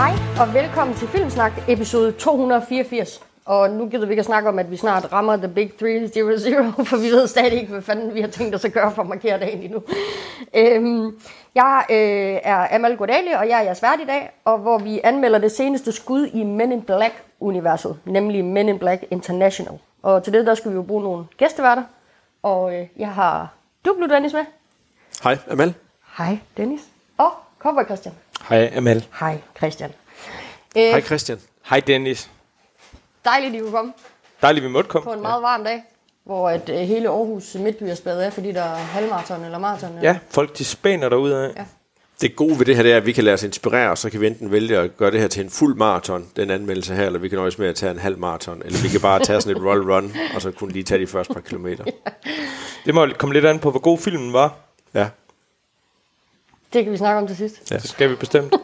Hej og velkommen til Filmsnak episode 284. Og nu gider vi ikke at snakke om, at vi snart rammer The Big 300, for vi ved stadig ikke, hvad fanden vi har tænkt os at gøre for at markere dagen endnu. Jeg er Amal Godali, og jeg er jeres vært i dag, og hvor vi anmelder det seneste skud i Men in Black-universet, nemlig Men in Black International. Og til det, der skal vi jo bruge nogle gæsteværter, og jeg har Duplo Dennis med. Hej, Amal. Hej, Dennis. Og Cowboy Christian. Hej, Amal. Hej, Christian. Hej, Christian. Hej, Dennis. Dejligt, at I kunne komme Dejligt, vi måtte komme. på en meget varm dag, hvor at hele Aarhus Midtby er spadet af, fordi der er halvmarathon eller maraton. Ja, folk de spænder derudad. Ja. Det gode ved det her, det er, at vi kan lade os inspirere, og så kan vi enten vælge at gøre det her til en fuld maraton, den anmeldelse her, eller vi kan nøjes med at tage en halv maraton, eller vi kan bare tage sådan et roll run, og så kunne lige tage de første par kilometer. Det må komme lidt an på, hvor god filmen var. Ja. Det kan vi snakke om til sidst. Ja. Så skal vi bestemt.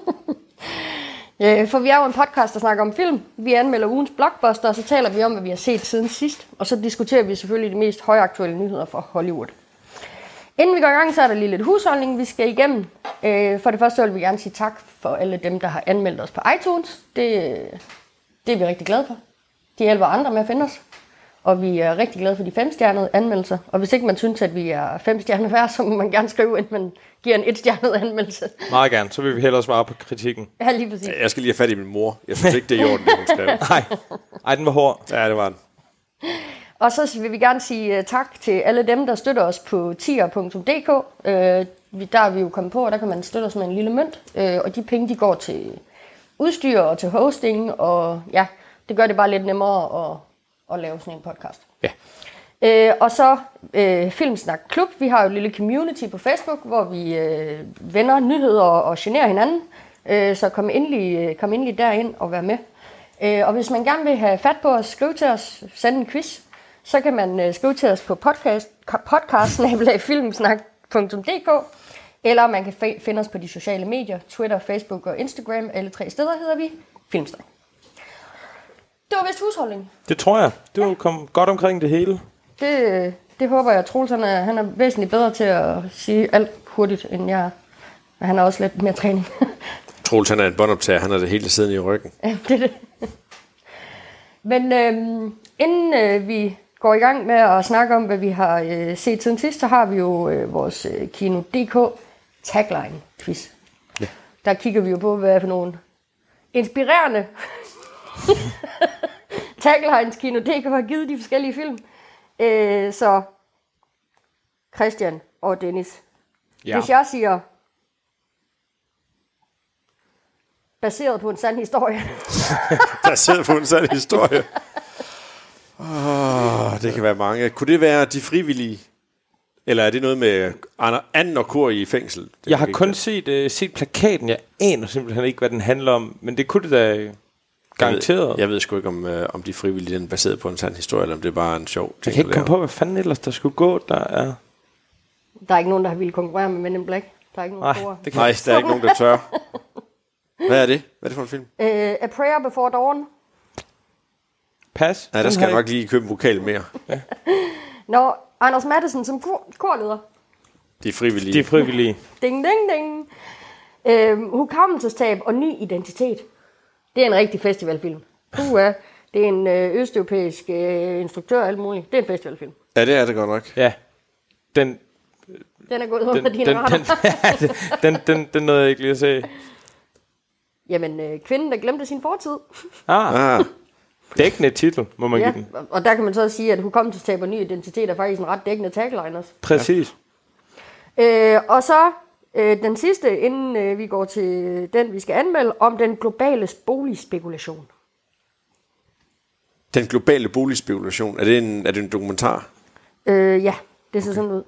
For vi er jo en podcast, der snakker om film. Vi anmelder ugens blockbuster, og så taler vi om, hvad vi har set siden sidst. Og så diskuterer vi selvfølgelig de mest højaktuelle nyheder fra Hollywood. Inden vi går i gang, så er der lige lidt husholdning, vi skal igennem. For det første vil vi gerne sige tak for alle dem, der har anmeldt os på iTunes. Det er vi rigtig glade for. De hjælper andre med at finde os. Og vi er rigtig glade for de 5-stjernede anmeldelser. Og hvis ikke man synes, at vi er 5 stjerner værd, så må man gerne skrive ind, man giver en 1-stjernet anmeldelse. Meget gerne, så vil vi hellere svare på kritikken. Ja, lige præcis. Jeg skal lige have fat i min mor. Jeg synes ikke, det er i orden, det hun skrev. Nej, den var hård. Ja, det var den. Og så vil vi gerne sige tak til alle dem, der støtter os på tier.dk. Der er vi jo kommet på, og der kan man støtte os med en lille mønt. Og de penge, de går til udstyr og til hosting. Og ja, det gør det bare lidt nemmere at lave sådan en podcast. Ja. Og så Filmsnak Klub. Vi har jo et lille community på Facebook, hvor vi vender nyheder og generer hinanden. Så kom endelig derind og vær med. Og hvis man gerne vil have fat på os, skriv til os, send en quiz, så kan man skrive til os på podcast@filmsnak.dk, eller man kan finde os på de sociale medier, Twitter, Facebook og Instagram. Alle 3 steder hedder vi Filmsnak. Det var vist husholdning. Det tror jeg. Du er kommet godt omkring det hele. Det håber jeg. Troels han er væsentligt bedre til at sige alt hurtigt, end jeg er. Men han har også lidt mere træning. Troels, han er en båndoptager. Han har det hele tiden i ryggen. Ja, det er det. Men inden vi går i gang med at snakke om, hvad vi har set siden sidst, så har vi jo vores Kino.dk tagline-quiz. Ja. Der kigger vi jo på, hvad for nogle inspirerende taglines Kino.dk har givet de forskellige film. Så Christian og Dennis, hvis jeg siger baseret på en sand historie. Baseret på en sand historie. Det kan være mange. Kunne det være De Frivillige? Eller er det noget med anden og Kor i fængsel? Jeg har kun set plakaten. Jeg aner simpelthen ikke, hvad den handler om. Men det kunne det da garanteret. Jeg ved sgu ikke, om De Frivillige den er baseret på en sand historie, eller om det er bare en sjov ting. Jeg kan ikke komme på, hvad fanden ellers der skulle gå. Der er ikke nogen, der har ville konkurrere med Men in Black. Der er ikke nogen Nej, der er ikke nogen, der tør. Hvad er det? Hvad er det for en film? A Prayer Before Dawn. Pas. Ja, der skal jeg nok lige købe en vokal mere. Ja. Når Anders Matthesen som korleder. De Frivillige. De Frivillige. Ding, ding, ding. Hukommelsestab og ny identitet. Det er en rigtig festivalfilm. Det er en østeuropæisk instruktør og alt muligt. Det er en festivalfilm. Ja, det er det godt nok. Ja. Den er gået under dine retter. Den nåede jeg ikke lige at se. Jamen, kvinden, der glemte sin fortid. Dækkende titel, må man give den. Og der kan man så sige, at hukommelsestab og ny identitet er faktisk en ret dækkende tagline også. Præcis. Og så den sidste, inden vi går til den, vi skal anmelde, om den globale boligspekulation. Den globale boligspekulation, er det en dokumentar? Ja, det ser sådan ud.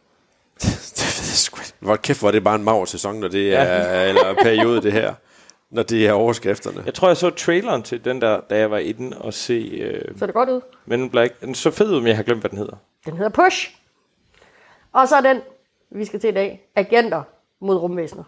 Hvor kæft, hvor det bare en mager sæson, når det er eller periode det her, når det er overskrifterne. Jeg tror, jeg så traileren til den der, da jeg var inde og se. Så det godt ud. Men in Black. Den så fed ud, men jeg har glemt, hvad den hedder. Den hedder Push. Og så den, vi skal til i dag, Agenter mod rumvæsener.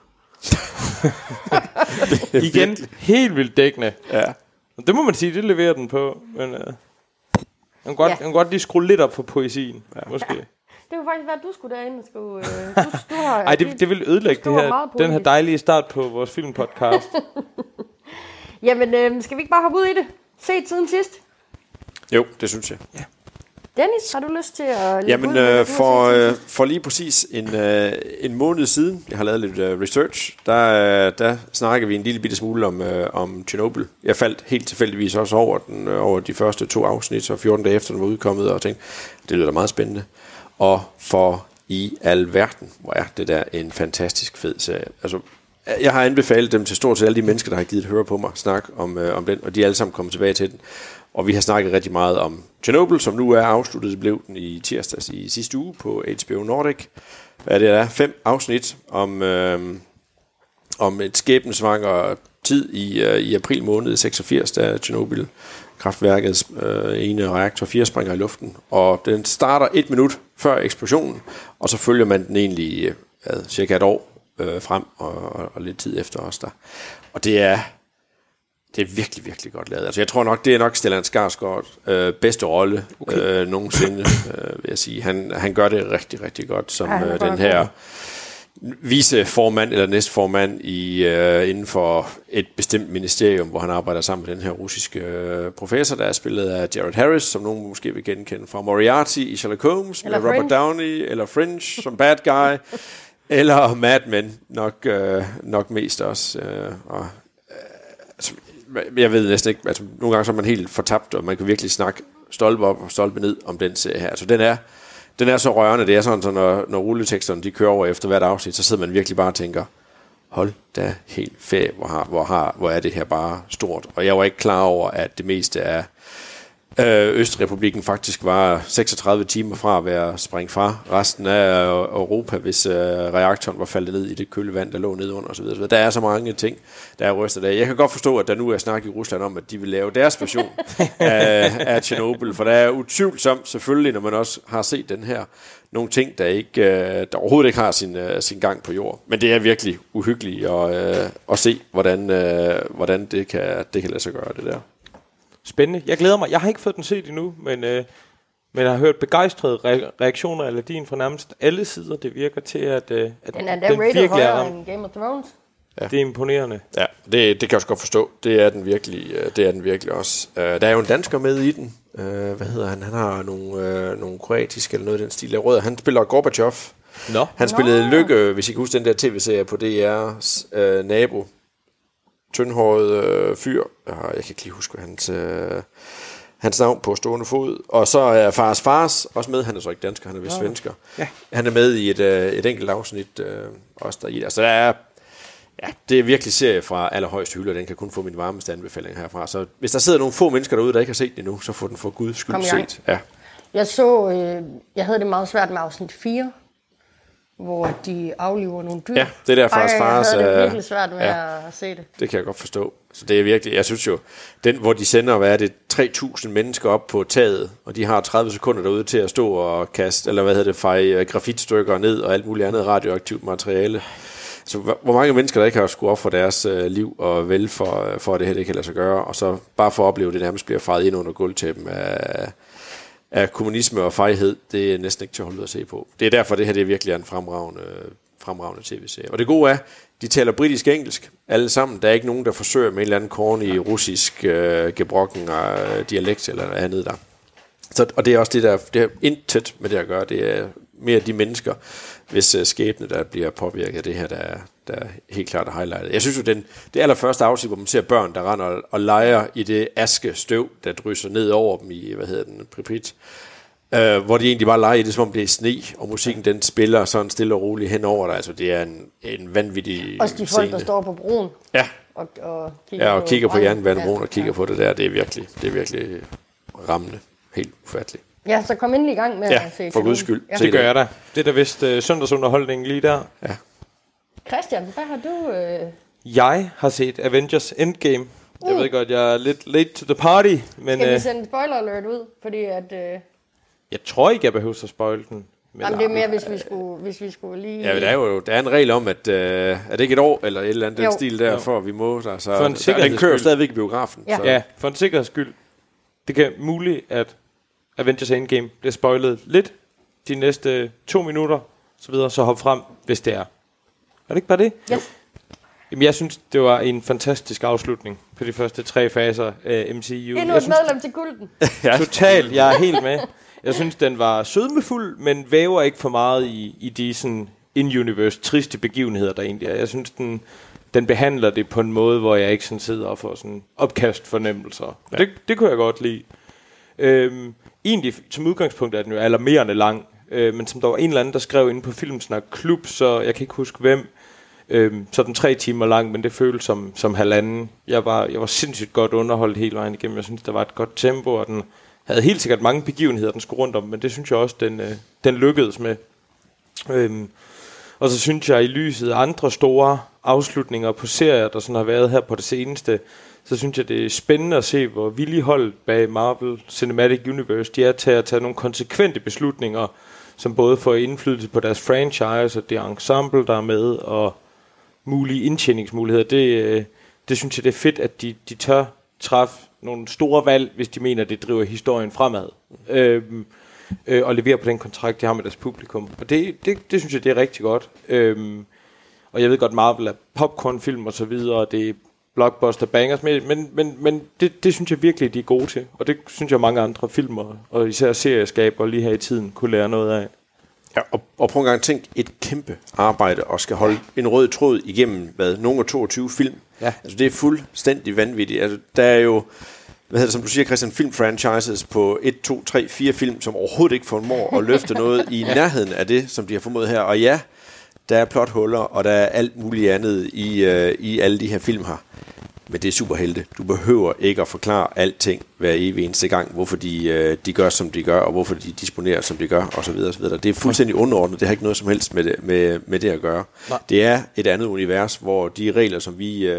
Igen, helt vildt dækkende. Ja. Det må man sige, det leverer den på. Men man kan godt lige skrue lidt op for poesien, måske. Ja. Det kunne faktisk være, at du skulle derinde og skulle... Ej, det vil ødelægge det her, den her dejlige start på vores filmpodcast. Jamen, skal vi ikke bare hoppe ud i det? Set siden sidst. Jo, det synes jeg. Ja. Dennis, har du lyst til at... Jamen, for lige præcis en måned siden, jeg har lavet lidt research, der snakker vi en lille bitte smule om Chernobyl. Jeg faldt helt tilfældigvis også over de første 2 afsnit, så 14 dage efter den var udkommet, og tænkte, det lyder da meget spændende. Og for i alverden, hvor er det der en fantastisk fed serie. Altså, jeg har anbefalet dem til stort set alle de mennesker, der har givet høre på mig snakke om den, og de er alle sammen kommet tilbage til den. Og vi har snakket rigtig meget om Chernobyl, som nu er afsluttet. Det blev den i tirsdags i sidste uge på HBO Nordic. Hvad det er? 5 afsnit om et skæbnesvanger tid i april måned 86, da Chernobyl-kraftværkets ene reaktor 4 springer i luften. Og den starter 1 minut før eksplosionen, og så følger man den egentlig cirka et år frem og lidt tid efter os der. Og det er virkelig, virkelig godt lavet. Altså, jeg tror nok, det er nok Stellan Skarsgård bedste rolle nogensinde, vil jeg sige. Han gør det rigtig, rigtig godt som den her viceformand eller næstformand inden for et bestemt ministerium, hvor han arbejder sammen med den her russiske professor, der er spillet af Jared Harris, som nogen måske vil genkende fra Moriarty i Sherlock Holmes, eller med Robert Downey, eller Fringe som bad guy, eller Mad Men nok mest også. Jeg ved næsten ikke, altså nogle gange så er man helt fortabt, og man kan virkelig snakke stolpe op og stolpe ned om den serie her. Altså den er så rørende, det er sådan, så når rulleteksterne de kører over efter hvert afsnit, så sidder man virkelig bare og tænker, hold da helt ferie, hvor er det her bare stort. Og jeg var ikke klar over, at det meste af Østrepublikken faktisk var 36 timer fra at være sprængt fra resten af Europa, hvis reaktoren var faldet ned i det køle vand, der lå nede under osv. Der er så mange ting, der er rystet af. Jeg kan godt forstå, at der nu er snak i Rusland om, at de vil lave deres version af Chernobyl, for der er utvivlsomt selvfølgelig, når man også har set den her, nogle ting, der overhovedet ikke har sin gang på jord. Men det er virkelig uhyggeligt at se, hvordan det kan lade sig gøre, det der. Spændende. Jeg glæder mig. Jeg har ikke fået den set endnu, men jeg har hørt begejstrede reaktioner af din fra nærmest alle sider. Det virker til, at den virkelig er end Game of Thrones. Ja. Det er imponerende. Ja, det kan jeg også godt forstå. Det er den virkelig også. Der er jo en dansker med i den. Hvad hedder han? Han har nogle kroatiske eller noget i den stil. Rød. Han spiller Gorbachev. No. Han spillede Lykke, hvis I kan huske den der tv-serie på DR's nabo. Tyndhåret fyr. Jeg kan ikke lige huske hans navn på stående fod. Og så er Fars også med. Han er så ikke dansker, han er vist svensker. Ja. Han er med i et enkelt afsnit også der i. Altså det er virkelig serie fra allerhøjeste hylde, og den kan kun få min varmeste anbefaling herfra. Så hvis der sidder nogle få mennesker derude, der ikke har set den endnu, så får den for Guds skyld set. Ja. Jeg havde det meget svært med afsnit 4, hvor de afliver nogle dyr. Ja, det der Fars. Jeg havde det virkelig svært med at se det. Det kan jeg godt forstå. Så det er virkelig, jeg synes jo, den hvor de sender, hvad er det, 3.000 mennesker op på taget, og de har 30 sekunder derude til at stå og kaste, eller feje grafitstykker ned og alt muligt andet radioaktivt materiale. Så hvor mange mennesker, der ikke har skulle ofre deres liv og vel for at det her det kan lade sig gøre, og så bare for at opleve, at det nærmest bliver fejet ind under gulvtæppen af kommunisme og fejhed, det er næsten ikke til at holde ud at se på. Det er derfor, det her det er virkelig en fremragende tv-serie. Og det gode er, de taler britisk-engelsk alle sammen. Der er ikke nogen, der forsøger med en eller anden corny russisk gebrokken dialekt eller andet der. Og det er også det er intet med det at gøre. Det er mere de mennesker, hvis skæbne, der bliver påvirket af det her, der er helt klart er highlightet. Jeg synes jo, det allerførste afsnit, hvor man ser børn, der render og leger i det aske støv, der drysser ned over dem i, Pripyat, hvor de egentlig bare leger i det, som om det er sne, og musikken den spiller sådan stille og roligt henover der. Altså, det er en vanvittig også de folk, der står på broen. Ja. Og kigger på jernbanebroen og kigger på det der. Det er virkelig rammende. Helt ufatteligt. Ja, så kom endelig i gang med at se for Guds skyld. Ja. Det gør jeg da. Det er da vist søndagsunderholdning lige der. Ja. Christian, hvad har du... Jeg har set Avengers Endgame. Jeg ved godt, jeg er lidt late to the party, men... Skal vi sende spoiler alert ud? Fordi at... Jeg tror ikke, jeg behøver at spoile den. Jamen, det er mere, hvis vi skulle lige... Ja, der er en regel om, at er det ikke et år, eller et eller andet den stil der, for vi må... Så den kører stadigvæk i biografen. Ja. Så. Ja, for en sikkerheds skyld. Det kan muligt, at Avengers Endgame bliver spoilet lidt de næste 2 minutter, så videre, så hop frem, hvis det er. Er det ikke bare det? Ja. Jamen, jeg synes, det var en fantastisk afslutning på på de første 3 faser af MCU. Endnu et medlem til kulten. Totalt, jeg er helt med. Jeg synes, den var sødmefuld, men væver ikke for meget i de sådan in-universe triste begivenheder, der egentlig er. Jeg synes, den behandler det på en måde, hvor jeg ikke sådan sidder og får sådan opkast fornemmelser. Ja. Det kunne jeg godt lide. Egentlig, som udgangspunkt er den jo alarmerende lang, men som der var en eller anden, der skrev inde på Filmsnak Klub, så jeg kan ikke huske hvem, så den 3 timer lang, men det føltes som 1,5. Jeg var sindssygt godt underholdt hele vejen igennem. Jeg synes, der var et godt tempo, og den havde helt sikkert mange begivenheder, den skulle rundt om, men det synes jeg også, den lykkedes med. Og så synes jeg, i lyset af andre store afslutninger på serier, der sådan har været her på det seneste, så synes jeg, det er spændende at se, hvor villige hold bag Marvel Cinematic Universe de er til at tage nogle konsekvente beslutninger, som både får indflydelse på deres franchise og det ensemble, der er med, og mulige indtjeningsmuligheder. Det synes jeg, det er fedt, at de tør træffe nogle store valg, hvis de mener, det driver historien fremad. Og levere på den kontrakt, de har med deres publikum. Og det synes jeg, det er rigtig godt. Og jeg ved godt, Marvel er popcornfilm og så videre, og det er blockbuster bangers, men det synes jeg virkelig, de er gode til. Og det synes jeg, mange andre filmer, og især serieskaber lige her i tiden, kunne lære noget af. Ja, og prøv en gang tænk, et kæmpe arbejde, og skal holde en rød tråd igennem, nogle 22 film. Ja. Altså, det er fuldstændig vanvittigt. Altså, der er jo, som du siger, Christian, filmfranchises på 1, 2, 3, 4 film, som overhovedet ikke formår at løfte noget i nærheden af det, som de har formået her. Og ja, der er plothuller, og der er alt muligt andet i alle de her film her. Men det er superhelte. Du behøver ikke at forklare alting hver evig eneste gang, hvorfor de gør, som de gør, og hvorfor de disponerer, som de gør, osv. osv. Det er fuldstændig underordnet. Det har ikke noget som helst med det at gøre. Nej. Det er et andet univers, hvor de regler, som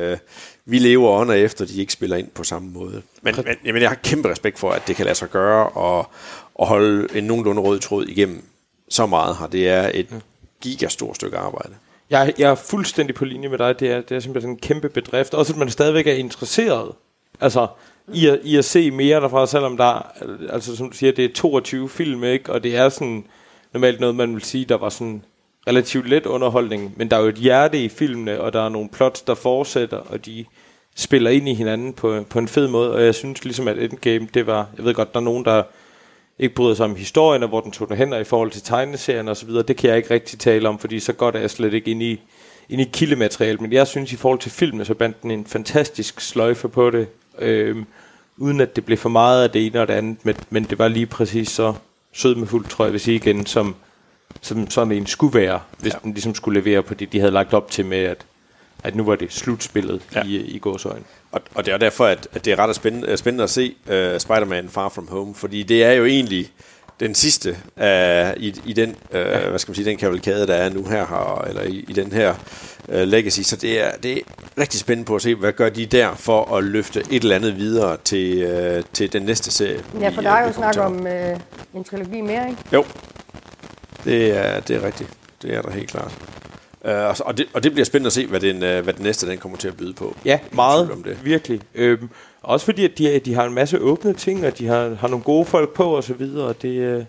vi lever under efter, de ikke spiller ind på samme måde. Men jeg har kæmpe respekt for, at det kan lade sig gøre, og holde en nogenlunde rød tråd igennem så meget her. Det er et gigastort stykke arbejde. Jeg er fuldstændig på linje med dig. Det er simpelthen en kæmpe bedrift. Også at man stadigvæk er interesseret. Altså, i at se mere derfra, selvom der, altså som du siger, det er 22 film, ikke? Og det er sådan normalt noget, man vil sige, der var sådan relativt let underholdning. Men der er jo et hjerte i filmene, og der er nogle plots, der fortsætter, og de spiller ind i hinanden på en fed måde. Og jeg synes ligesom, at Endgame, det var, jeg ved godt, der er nogen, der ikke bryder sig om historien, og hvor den tog den hen i forhold til tegneserien og så videre. Det kan jeg ikke rigtig tale om, fordi så godt er jeg slet ikke inde i kildemateriale. Men jeg synes, i forhold til filmen, så bandt den en fantastisk sløjfe på det, uden at det blev for meget af det ene og det andet, men det var lige præcis så sødmefuldt, tror jeg, vil sige igen, som sådan en skulle være, hvis den ligesom skulle levere på det, de havde lagt op til med, at nu var det slutspillet i gåseøjne. Og det er derfor, at det er ret spændende at se Spider-Man Far From Home, fordi det er jo egentlig den sidste i den, hvad skal man sige, den kavalkade, der er nu her, eller i den her legacy. Så det er rigtig spændende på at se, hvad gør de der for at løfte et eller andet videre til den næste serie. Ja, for der er jo snak om en trilogi mere, ikke? Jo, det er rigtigt. Det er der helt klart. Og det bliver spændende at se, hvad den næste den kommer til at byde på. Ja, meget, virkelig. Også fordi, at de har en masse åbne ting, og de har nogle gode folk på, og så videre. Og det,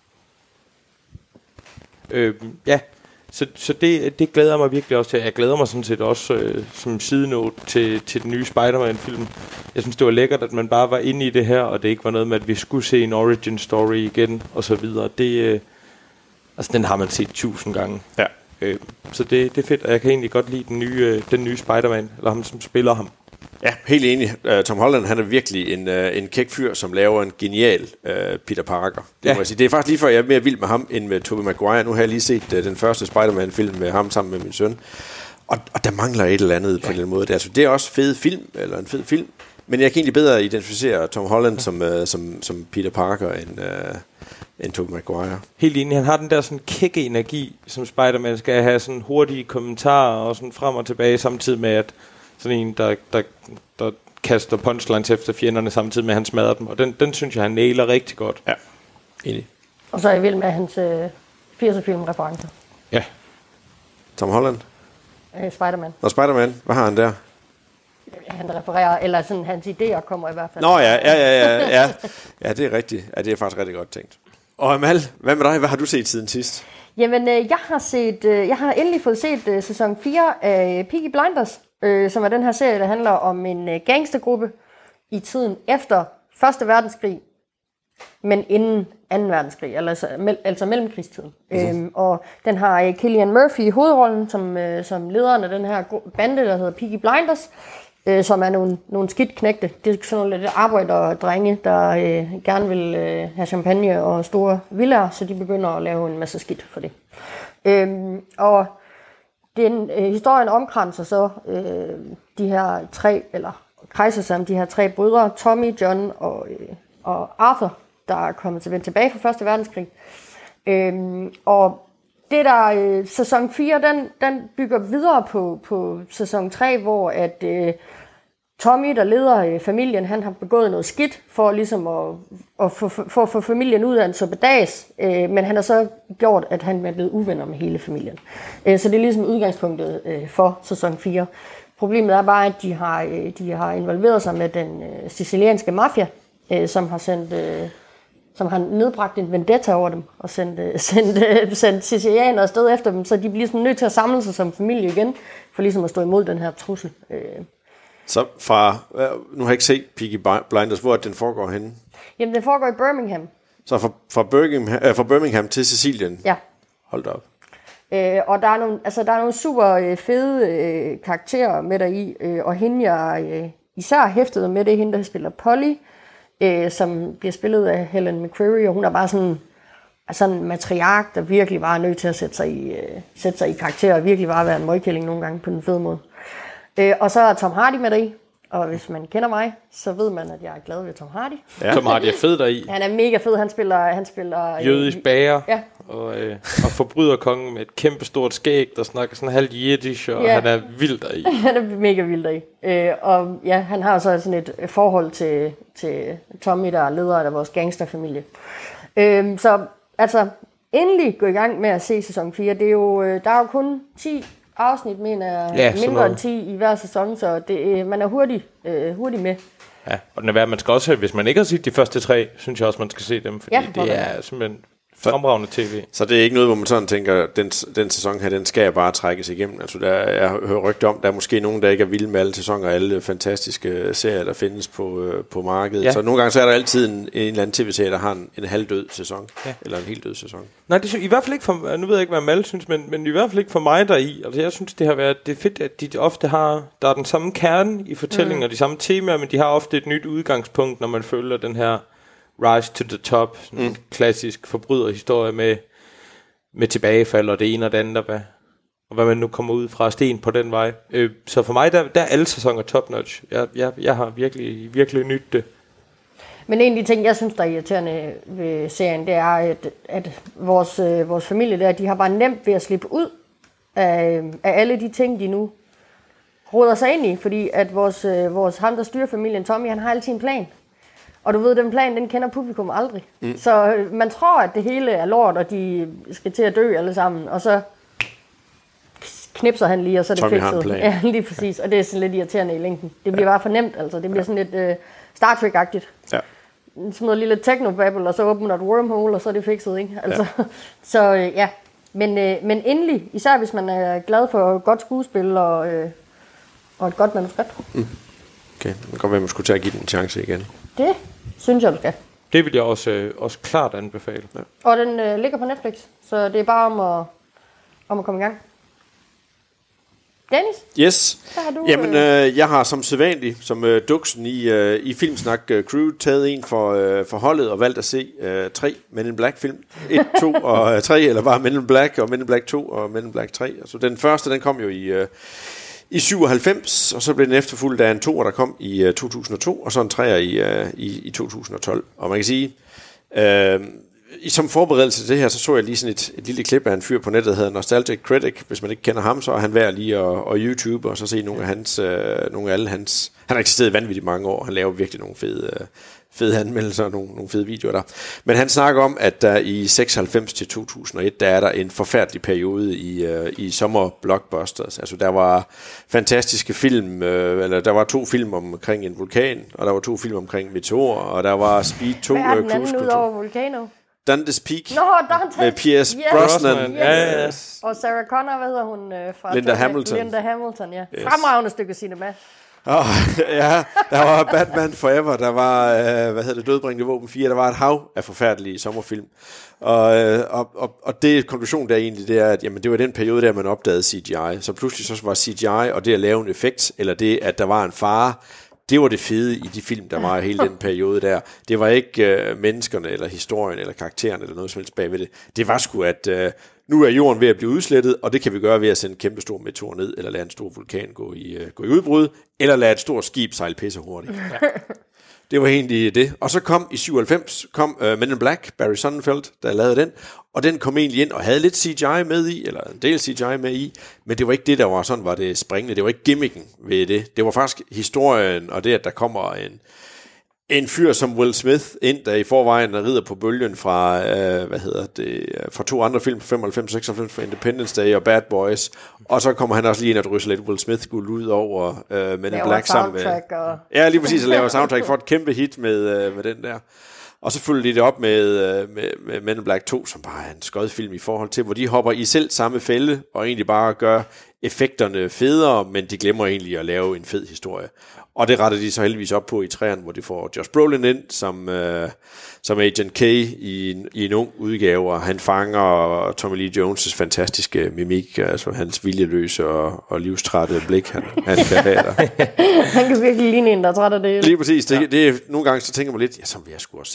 så det glæder mig virkelig også til. Jeg glæder mig sådan set også som sidenote til den nye Spider-Man-film. Jeg synes, det var lækkert, at man bare var inde i det her, og det ikke var noget med, at vi skulle se en origin story igen, og så videre. Altså, den har man set 1000 gange. Ja. Så det er fedt, og jeg kan egentlig godt lide den nye Spider-Man, eller ham, som spiller ham. Ja, helt enig. Tom Holland, han er virkelig en kæk fyr, som laver en genial Peter Parker. Det må jeg sige. Det er faktisk lige før, jeg er mere vild med ham, end med Tobey Maguire. Nu har jeg lige set den første Spider-Man-film med ham sammen med min søn. Og der mangler et eller andet på en eller anden måde. Det er også en fed film, men jeg kan egentlig bedre identificere Tom Holland som Peter Parker end Tobey Maguire. Helt enig. Han har den der sådan kække energi, som Spider-Man skal have, sådan hurtige kommentarer og sådan frem og tilbage, samtidig med at sådan en, der kaster punchlines efter fjenderne, samtidig med at han smadrer dem. Og den synes jeg, han nailer rigtig godt. Ja, enig. Og så er jeg vild med hans 80'er-film-referencer. Ja. Tom Holland? Spider-Man. Og Spider-Man, hvad har han der? Han refererer, eller sådan hans idéer kommer i hvert fald. Nå ja. Ja, det er rigtigt. Ja, det er faktisk rigtig godt tænkt. Og Amal, hvad med dig? Hvad har du set siden sidst? Jamen, jeg har endelig fået set sæson 4 af Peaky Blinders. som er den her serie, der handler om en gangstergruppe i tiden efter 1. verdenskrig, men inden 2. verdenskrig, altså mellemkrigstiden. Og den har Cillian Murphy i hovedrollen, som lederen af den her bande, der hedder Peaky Blinders, som er nogle skidtknægte. Det er sådan nogle lidt arbejderdrenge, der gerne vil have champagne og store villaer, så de begynder at lave en masse skidt for det. Og historien omkranser så de her kredser sig om de her 3 brødre, Tommy, John og Arthur, der er kommet tilbage fra 1. verdenskrig. Og det der sæson 4, den bygger videre på sæson 3, hvor at Tommy, der leder familien, han har begået noget skidt for ligesom at få familien ud af en suppedas, men han har så gjort, at han er blevet uvenner med hele familien. Så det er ligesom udgangspunktet for sæson 4. Problemet er bare, at de har involveret sig med den sicilianske mafia, som har nedbragt en vendetta over dem og sendt sicilianere afsted efter dem, så de bliver sådan nødt til at samle sig som familie igen, for ligesom at stå imod den her trussel. Så nu har jeg ikke set Peaky Blinders, hvor den foregår henne? Jamen, den foregår i Birmingham. Så fra Birmingham til Sicilien? Ja. Hold da op. Og der er nogle super fede karakterer med deri, og hende jeg især hæftede med, det er hende, der spiller Polly, som bliver spillet af Helen McCreary, og hun er bare sådan en matriark, der virkelig var nødt til at sætte sig i karakter, og virkelig bare være en møgkælling nogle gange på den fede måde. Og så er Tom Hardy med deri, og hvis man kender mig, så ved man, at jeg er glad ved Tom Hardy. Ja. Tom Hardy er fed deri. Han er mega fed, han spiller jødisk bager, ja. og forbryderkongen med et kæmpe stort skæg, der snakker sådan halvt jiddisch, og ja. Han er vild deri. Han er mega vild deri. Og ja, han har så sådan et forhold til Tommy, der er leder af vores gangsterfamilie. Så altså, endelig gå i gang med at se sæson 4. Det er jo, der er jo kun 10 afsnit, mener jeg, mindre end 10 i hver sæson, så man er hurtig med. Ja, og den er værd, man skal også, hvis man ikke har set de første 3, synes jeg også, man skal se dem, fordi det er simpelthen fremragende tv. Så det er ikke noget, hvor man sådan tænker, den sæson her, den skal bare trækkes igennem. Altså, jeg hører rygter om, der er måske nogen, der ikke er vilde med alle sæsoner og alle fantastiske serier, der findes på markedet. Ja. Så nogle gange så er der altid en eller anden tv-serie, der har en halvdød sæson, eller en helt død sæson. Nej, det er i hvert fald ikke for, nu ved jeg ikke, hvad Mal synes, men i hvert fald ikke for mig deri. Altså, jeg synes, det er fedt, at de ofte har, der er den samme kerne i fortællingen, og de samme temaer, men de har ofte et nyt udgangspunkt, når man følger den her rise to the top, sådan en klassisk forbryderhistorie med tilbagefald og det ene og det andet, og hvad man nu kommer ud fra sten på den vej. Så for mig, der er alle sæsoner top notch. Jeg har virkelig nydt det. Men en af de ting, jeg synes, der er irriterende ved serien, det er, at vores familie der, de har bare nemt ved at slippe ud af alle de ting, de nu råder sig ind i, fordi at vores ham, der styrer familien, Tommy, han har altid en plan. Og du ved, den plan, den kender publikum aldrig. Så man tror, at det hele er lort, og de skal til at dø alle sammen, og så knipser han lige, og så er det fikset. Ja, lige præcis. Og det er sådan lidt irriterende i længden. Det bliver bare for nemt, altså. Det bliver sådan lidt Star Trek-agtigt. Ja. Smider lige lidt technobabble, og så åbner et wormhole, og så er det fikset, ikke? Altså, ja. Så ja. Men endelig, især hvis man er glad for godt skuespil og et godt manuskript. Okay, det kan godt være, at man skulle tage at give den en chance igen. Det synes jeg, du skal. Det vil jeg også klart anbefale. Ja. Og den ligger på Netflix, så det er bare om at komme i gang. Dennis? Yes. Jamen, jeg har som sædvanlig, som duksen i Filmsnak Crew, taget en for holdet og valgt at se 3 Men in Black film. 1, 2 og 3, eller bare Men in Black og Men in Black 2 og Men in Black 3. Altså, den første, den kom jo i 97, og så blev den efterfulgt af en 2'er, der kom i 2002, og så en 3'er i 2012. Og man kan sige, som forberedelse til det her, så jeg lige sådan et lille klip af en fyr på nettet, der hedder Nostalgic Critic. Hvis man ikke kender ham, så er han værd lige at YouTube, og så se nogle af alle hans... Han har eksisteret vanvittigt mange år, han laver virkelig nogle fede anmeldelser og nogle fede videoer der. Men han snakker om, at der i 96 til 2001, der er der en forfærdelig periode i sommerblockbusters. Altså der var fantastiske film, eller der var 2 film omkring en vulkan, og der var 2 film omkring meteor, og der var Speed 2. Hvad er den anden ud over Volcano? Dante's Peak Dante's. med Pierce Brosnan. Yes. Og Sarah Connor, hvad hedder hun? Fra Linda Hamilton. Linda Hamilton, ja. Yes. Fremragende stykke cinema. Ja, der var Batman Forever, der var, Dødbringende Våben 4, der var et hav af forfærdelige sommerfilm. Og det konklusion der egentlig, det er, at jamen, det var den periode, der man opdagede CGI. Så pludselig så var CGI, og det at lave en effekt, eller det, at der var en fare, det var det fede i de film, der var i hele den periode der. Det var ikke menneskerne, eller historien, eller karakteren, eller noget som helst bagved det. Det var sgu, at nu er jorden ved at blive udslettet, og det kan vi gøre ved at sende en kæmpe stor meteor ned, eller lade en stor vulkan gå i udbrud, eller lade et stort skib sejle pisse hurtigt. Det var egentlig det. Og så kom i 97, Men in Black, Barry Sonnenfeld, der lavede den, og den kom egentlig ind og havde lidt CGI med i, eller en del CGI med i, men det var ikke det, der var sådan, var det springende. Det var ikke gimmicken ved det. Det var faktisk historien, og det, at der kommer en fyr som Will Smith ind, der i forvejen rider på bølgen fra, fra 2 andre film, 95, 96, fra Independence Day og Bad Boys, og så kommer han også lige ind og drysser lidt Will Smith-guld ud over Men in Black sammen med... Ja, lige præcis, at lave soundtrack for et kæmpe hit med den der. Og så følger de det op med Men in Black 2, som bare er en skødfilm i forhold til, hvor de hopper i selv samme fælde, og egentlig bare gør effekterne federe, men de glemmer egentlig at lave en fed historie. Og det retter de så heldigvis op på i 3'eren, hvor de får Josh Brolin ind som Agent K i en ung udgave, og han fanger Tommy Lee Jones' fantastiske mimik, altså hans viljeløse og livstrætte blik, han kan have der. Han kan virkelig ligne en, der er træt af det. Lige præcis. Det nogle gange så tænker man lidt, ja, så vil jeg sgu også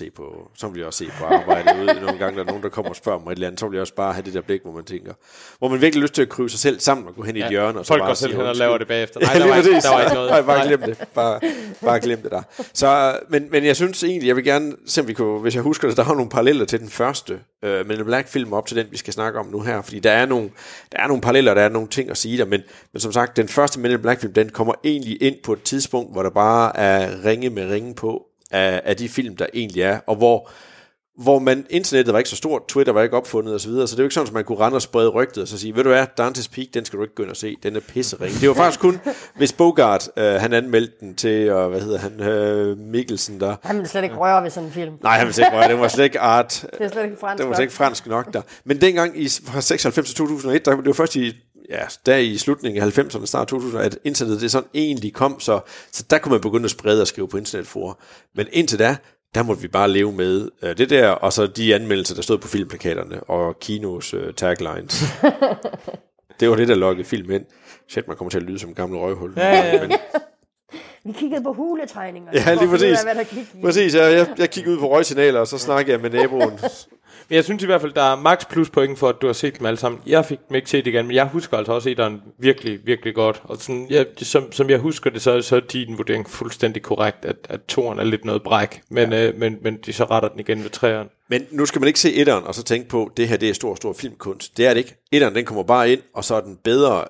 se på arbejdet ude. Nogle gange der er nogen, der kommer og spørger mig et eller andet, så vil jeg også bare have det der blik, hvor man virkelig lyst til at krybe sig selv sammen og gå hen i et hjørne. Og så folk bare går selv hen og laver det bagefter. Nej, der var ikke noget. Nej, bare glem det. Bare glem det der. Så, men jeg synes egentlig, jeg vil gerne se, om vi kunne, hvis jeg husker det, der har nogle paralleller til den første Men in Black film op til den, vi skal snakke om nu her, fordi der er nogle paralleller, der er nogle ting at sige der, men som sagt, den første Men in Black film, den kommer egentlig ind på et tidspunkt, hvor der bare er ringe med ringe på af de film, der egentlig er, og hvor internettet var ikke så stort, Twitter var ikke opfundet og så videre, så det er jo ikke sådan, at man kunne rende og sprede rygtet og så sige, ved du hvad, Dante's Peak, den skal du ikke gå ind og se, den er pissering. Det var faktisk kun, hvis Bogart, han anmeldte den til, og Mikkelsen der. Han ville slet ikke røre ved sådan en film. Nej, han ville slet ikke røre, den var slet ikke art. Det er slet ikke fransk den var slet ikke fransk nok der. Men dengang fra 96 til 2001, det var først der i slutningen af 90'erne, start 2000, at internettet det sådan egentlig kom, så der kunne man begynde at sprede og skrive på internetforer. Men indtil da, der måtte vi bare leve med det der, og så de anmeldelser, der stod på filmplakaterne, og kinos taglines. Det var det, der lokkede film ind. Shit, man kommer til at lyde som en gammel røghul. Ja. Men vi kiggede på huletegninger. Ja, lige præcis. Præcis, jeg kiggede ud på røgsignaler, og så snakkede jeg med naboen. Men jeg synes i hvert fald, der er max plus point for, at du har set dem alle sammen. Jeg fik dem ikke set igen, men jeg husker altså også etteren virkelig, virkelig godt. Og sådan, som jeg husker det, så er din vurdering fuldstændig korrekt, at toeren er lidt noget bræk. Men de så retter den igen ved treeren. Men nu skal man ikke se etteren og så tænke på, det her det er stor filmkunst. Det er det ikke. Etteren den kommer bare ind, og så er den bedre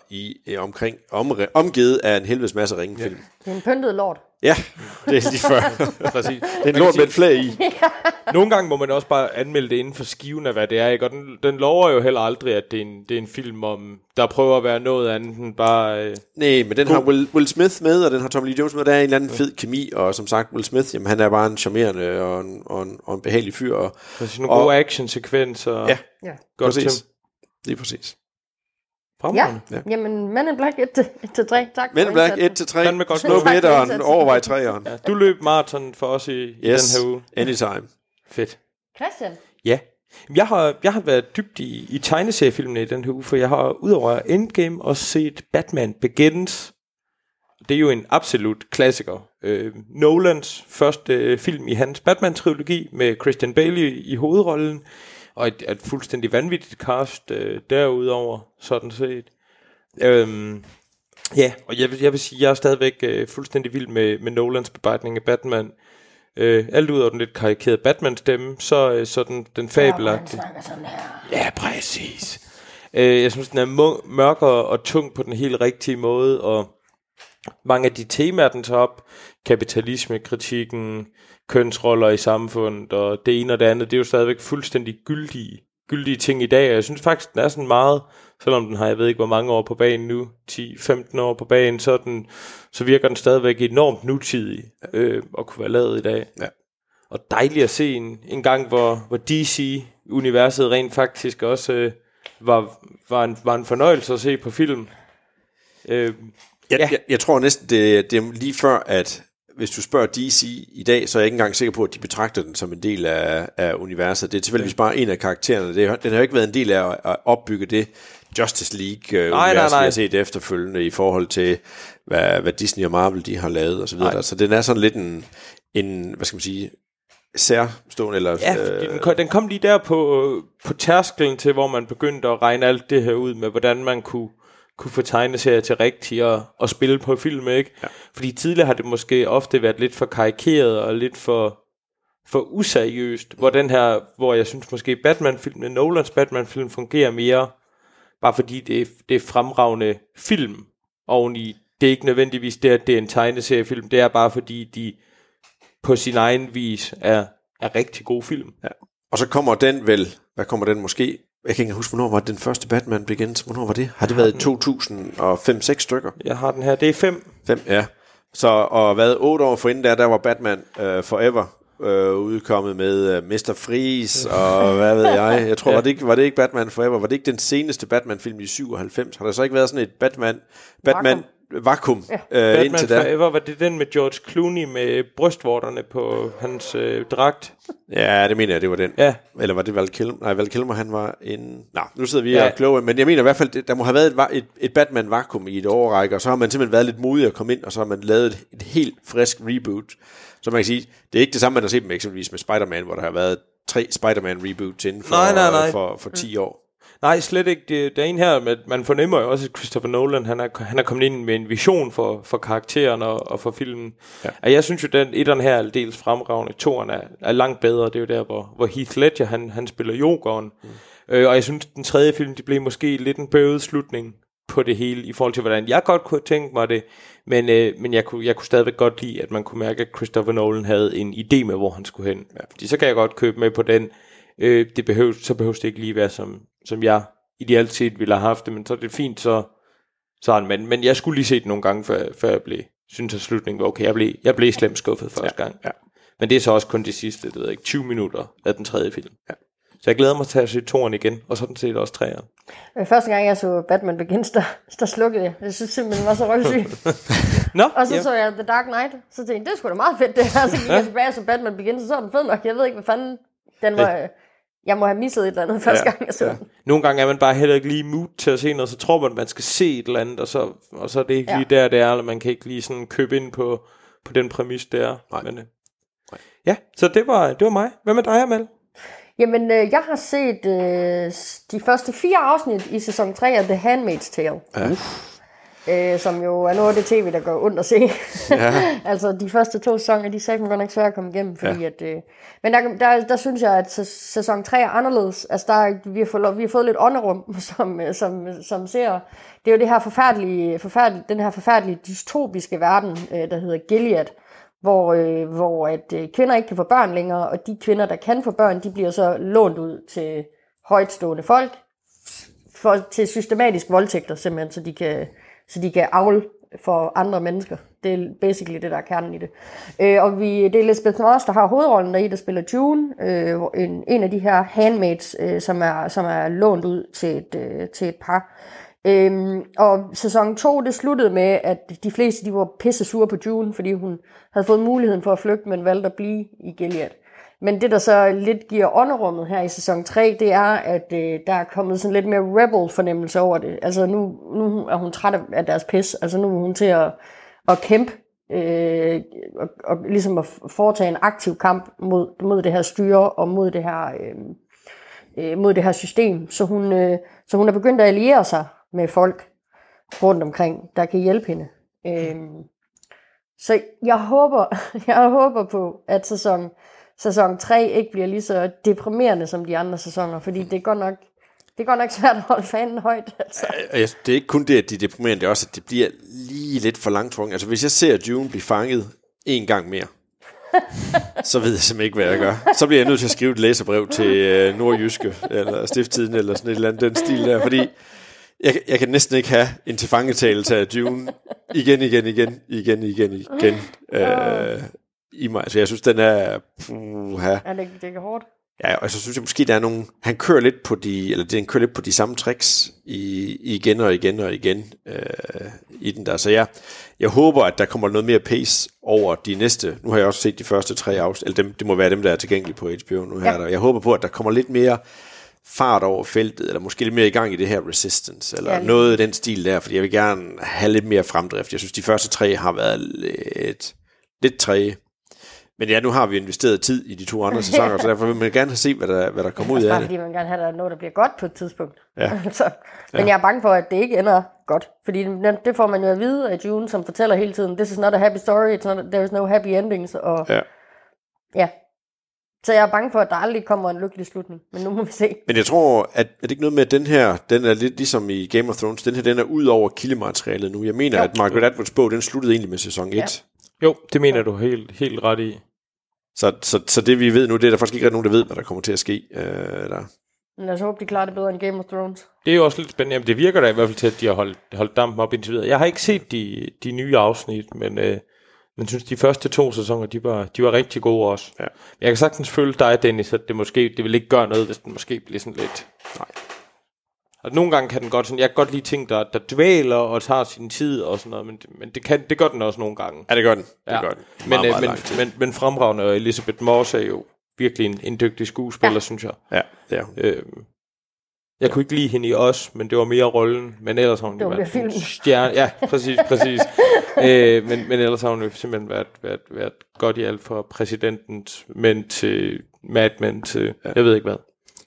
omgivet af en helvedes masse ringefilm. Det er en pyntet lort. Ja, det er lige før. Præcis. Det er en lort med et flag i. Nogle gange må man også bare anmelde det inden for skiven af, hvad det er, ikke? Og den lover jo heller aldrig, at det er en film, om der prøver at være noget andet end bare... Nej, men den har Will Smith med, og den har Tommy Lee Jones med, der er en eller anden fed kemi, og som sagt, Will Smith, jamen, han er bare en charmerende og en behagelig fyr. Præcis, nogle gode action-sekvenser. Ja, godt præcis. Lige præcis. Ja. Jamen Men in Black 1-3, tak. Men in Black 1-3, slå midteren, overvej 3'eren. Ja, du løb maraton for os i den her uge. Anytime. Fedt. Christian? Ja. Jeg har været dybt i tegneseriefilmene i den her uge, for jeg har udover Endgame også set Batman Begins. Det er jo en absolut klassiker. Nolans første film i hans Batman-trilogi med Christian Bale i hovedrollen. Og et fuldstændig vanvittigt cast derudover, sådan set. Ja, og jeg vil sige, jeg er stadigvæk fuldstændig vild med Nolans bearbejdning af Batman. Alt ud af den lidt karikerede Batman-stemme, så den fabelagtige. Ja, præcis. Jeg synes, den er mørkere og tung på den helt rigtige måde, og mange af de temaer, den tager op, kapitalisme-kritikken, kønsroller i samfundet, og det ene og det andet, det er jo stadigvæk fuldstændig gyldige ting i dag, og jeg synes faktisk, den er sådan meget, selvom den har, jeg ved ikke hvor mange år på banen nu, 10-15 år på banen, så virker den stadigvæk enormt nutidig, og kunne være lavet i dag. Ja. Og dejligt at se en gang, hvor DC-universet rent faktisk også var en fornøjelse at se på film. Jeg tror næsten, det er lige før, at hvis du spørger DC i dag, så er jeg ikke engang sikker på, at de betragter den som en del af universet. Det er tilfældigvis bare en af karaktererne. Den har jo ikke været en del af at opbygge det Justice League-univers, vi har set efterfølgende i forhold til, hvad Disney og Marvel de har lavet osv. Så den er sådan lidt en hvad skal man sige, særstående. Eller, den kom lige der på tærsklen til, hvor man begyndte at regne alt det her ud med, hvordan man kunne få tegneserier til rigtigt og spille på film, ikke? Ja. Fordi tidligere har det måske ofte været lidt for karikeret og lidt for useriøst, hvor jeg synes måske Batman-filmen, Nolans Batman-film fungerer mere, bare fordi det er fremragende film oveni. Det er ikke nødvendigvis det, at det er en tegneseriefilm, det er bare fordi de på sin egen vis er rigtig gode film. Ja. Og så kommer den vel, hvad kommer den måske? Jeg kan ikke huske, hvornår var den første Batman Begins? Hvornår var det? Har det været 2005-6 stykker? Jeg har den her. Det er 5. 5, ja. Så, og 8 år forinden der var Batman Forever udkommet med Mr. Freeze, og hvad ved jeg. Jeg tror, var det ikke Batman Forever? Var det ikke den seneste Batman-film i 97? Har der så ikke været sådan et Batman Vakuum Batman indtil da? Forever, var det den med George Clooney med brystvorterne på hans dragt? Ja, det mener jeg, det var den. Ja. Eller var det Val Kilmer? Nej, Val Kilmer, han var en... nu sidder vi og kloge, men jeg mener i hvert fald, der må have været et Batman Vakuum i et årrække, og så har man simpelthen været lidt modig at komme ind, og så har man lavet et helt frisk reboot. Så man kan sige, det er ikke det samme, man har set med eksempelvis med Spider-Man, hvor der har været 3 Spider-Man reboots inden for 10 år. Nej, slet ikke. Der er en her, man fornemmer jo også, at Christopher Nolan, han er kommet ind med en vision for karakteren og for filmen. Ja. Og jeg synes jo, den etteren her er dels fremragende, toeren er langt bedre. Det er jo der, hvor Heath Ledger, han spiller Jokeren. Og jeg synes, den tredje film, det blev måske lidt en bøvet slutning på det hele, i forhold til, hvordan jeg godt kunne tænke mig det. Men jeg kunne stadigvæk godt lide, at man kunne mærke, at Christopher Nolan havde en idé med, hvor han skulle hen. Ja. Fordi så kan jeg godt købe med på den. Så behøves det ikke lige være, som jeg ideelt set ville have haft det, men så er det fint, sådan. Men jeg skulle lige se det nogle gange, før jeg synes at slutningen var okay. Jeg blev slemt skuffet første gang. Ja. Men det er så også kun de sidste, 20 minutter af den tredje film. Ja. Så jeg glæder mig til at se toeren igen, og sådan set også treeren. Første gang jeg så Batman Begins, der slukkede jeg. Jeg synes simpelthen, den var så røvsyg. Og så jeg The Dark Knight, så tænkte jeg, det er sgu da meget fedt det her. Så gik jeg tilbage så Batman Begins, og så var den fed nok. Jeg ved ikke, hvad fanden den var... Jeg må have misset et eller andet første gang, jeg så den. Nogle gange er man bare heller ikke lige mood til at se noget, så tror man skal se et eller andet, og så er det ikke lige der, det er, eller man kan ikke lige sådan købe ind på den præmis, det er. Nej. Men, ja, så det var mig. Hvad med dig, Amal? Jamen, jeg har set de første 4 afsnit i sæson 3 af The Handmaid's Tale. Ja. Som jo er noget af det tv, der går ondt at se. Ja. Altså, de første 2 sæsoner, de sagde man godt nok svært at komme igennem, fordi at... Men der synes jeg, at sæson 3 er anderledes. Altså, vi har fået lidt ånderum, som ser. Det er jo det her den her forfærdelige dystopiske verden, der hedder Gilead, hvor at kvinder ikke kan få børn længere, og de kvinder, der kan få børn, de bliver så lånt ud til højtstående folk, til systematisk voldtægter, simpelthen, så de kan avle for andre mennesker. Det er basically det, der er kernen i det. Og det er Elizabeth Moss, der har hovedrollen deri, der spiller June, en af de her handmaids, som er lånt ud til et par. Og sæson 2, det sluttede med, at de fleste de var pisse sure på June, fordi hun havde fået muligheden for at flygte, men valgte at blive i Gilead. Men det, der så lidt giver ånderummet her i sæson 3, det er, at der er kommet sådan lidt mere rebel-fornemmelse over det. Altså nu er hun træt af deres pis. Altså nu er hun til at kæmpe og ligesom at foretage en aktiv kamp mod det her styre og mod det her system. Så hun er begyndt at alliere sig med folk rundt omkring, der kan hjælpe hende. Så jeg håber på, at sæson 3 ikke bliver lige så deprimerende som de andre sæsoner, fordi det er godt nok svært at holde fanen højt. Altså. Det er ikke kun det, at de er deprimerende, det er også, at det bliver lige lidt for langtrukket. Altså hvis jeg ser June blive fanget en gang mere, så ved jeg simpelthen ikke, hvad jeg gør. Så bliver jeg nødt til at skrive et læserbrev til Nordjyske, eller Stiftstiden, eller sådan et eller andet den stil der, fordi jeg kan næsten ikke have en tilfangetagelse af June igen. i mig. Altså, jeg synes, den er... Ja, det er hårdt. Ja, og så synes jeg måske, der er nogle... Den kører lidt på de samme tricks igen og igen og igen i den der. Så jeg håber, at der kommer noget mere pace over de næste... Nu har jeg også set de første 3 afsnit, eller det må være dem, der er tilgængelige på HBO nu her. Jeg håber på, at der kommer lidt mere fart over feltet, eller måske lidt mere i gang i det her Resistance, eller noget i den stil der, fordi jeg vil gerne have lidt mere fremdrift. Jeg synes, de første 3 har været lidt træge. Men ja, nu har vi investeret tid i de 2 andre sæsoner, så derfor vil man gerne se, hvad der kommer ud af det. Fordi man gerne have, noget, der bliver godt på et tidspunkt. Ja. Men jeg er bange for, at det ikke ender godt. Fordi det får man jo at vide af June, som fortæller hele tiden, this is not a happy story, there is no happy endings. Og ja. Så jeg er bange for, at der aldrig kommer en lykkelig slutning. Men nu må vi se. Men jeg tror, at det ikke noget med, at den her, den er lidt ligesom i Game of Thrones, den her, den er ud over kildematerialet nu. Jeg mener, at Margaret Atwoods bog, den sluttede egentlig med sæson 1. Ja. Jo, det mener du helt ret i. Så det vi ved nu, det er der faktisk ikke nogen, der ved, hvad der kommer til at ske der. Men lad os håbe, de klarer det bedre end Game of Thrones. Det er jo også lidt spændende. Jamen, det virker da i hvert fald til, at de har holdt dampen op indtil videre. Jeg har ikke set de nye afsnit, men synes, de første 2 sæsoner, de var rigtig gode også. Ja. Jeg kan sagtens føle dig, Dennis, at det vil ikke gøre noget, hvis den måske bliver sådan lidt... Nej. Og nogle gange kan den godt sådan, jeg kan godt lide ting, der dvæler og tager sin tid og sådan noget, men det gør den også nogle gange. Ja, det gør den. Det gør den. Men fremragende, og Elizabeth Moss er jo virkelig en dygtig skuespiller, synes jeg. Ja, det er hun. Jeg kunne ikke lide hende i Os, men det var mere rollen, men ellers har hun jo været en stjerne. Ja, præcis. Men ellers har hun jo simpelthen været godt i alt fra præsidentens mænd til Mad Men til, jeg ved ikke hvad.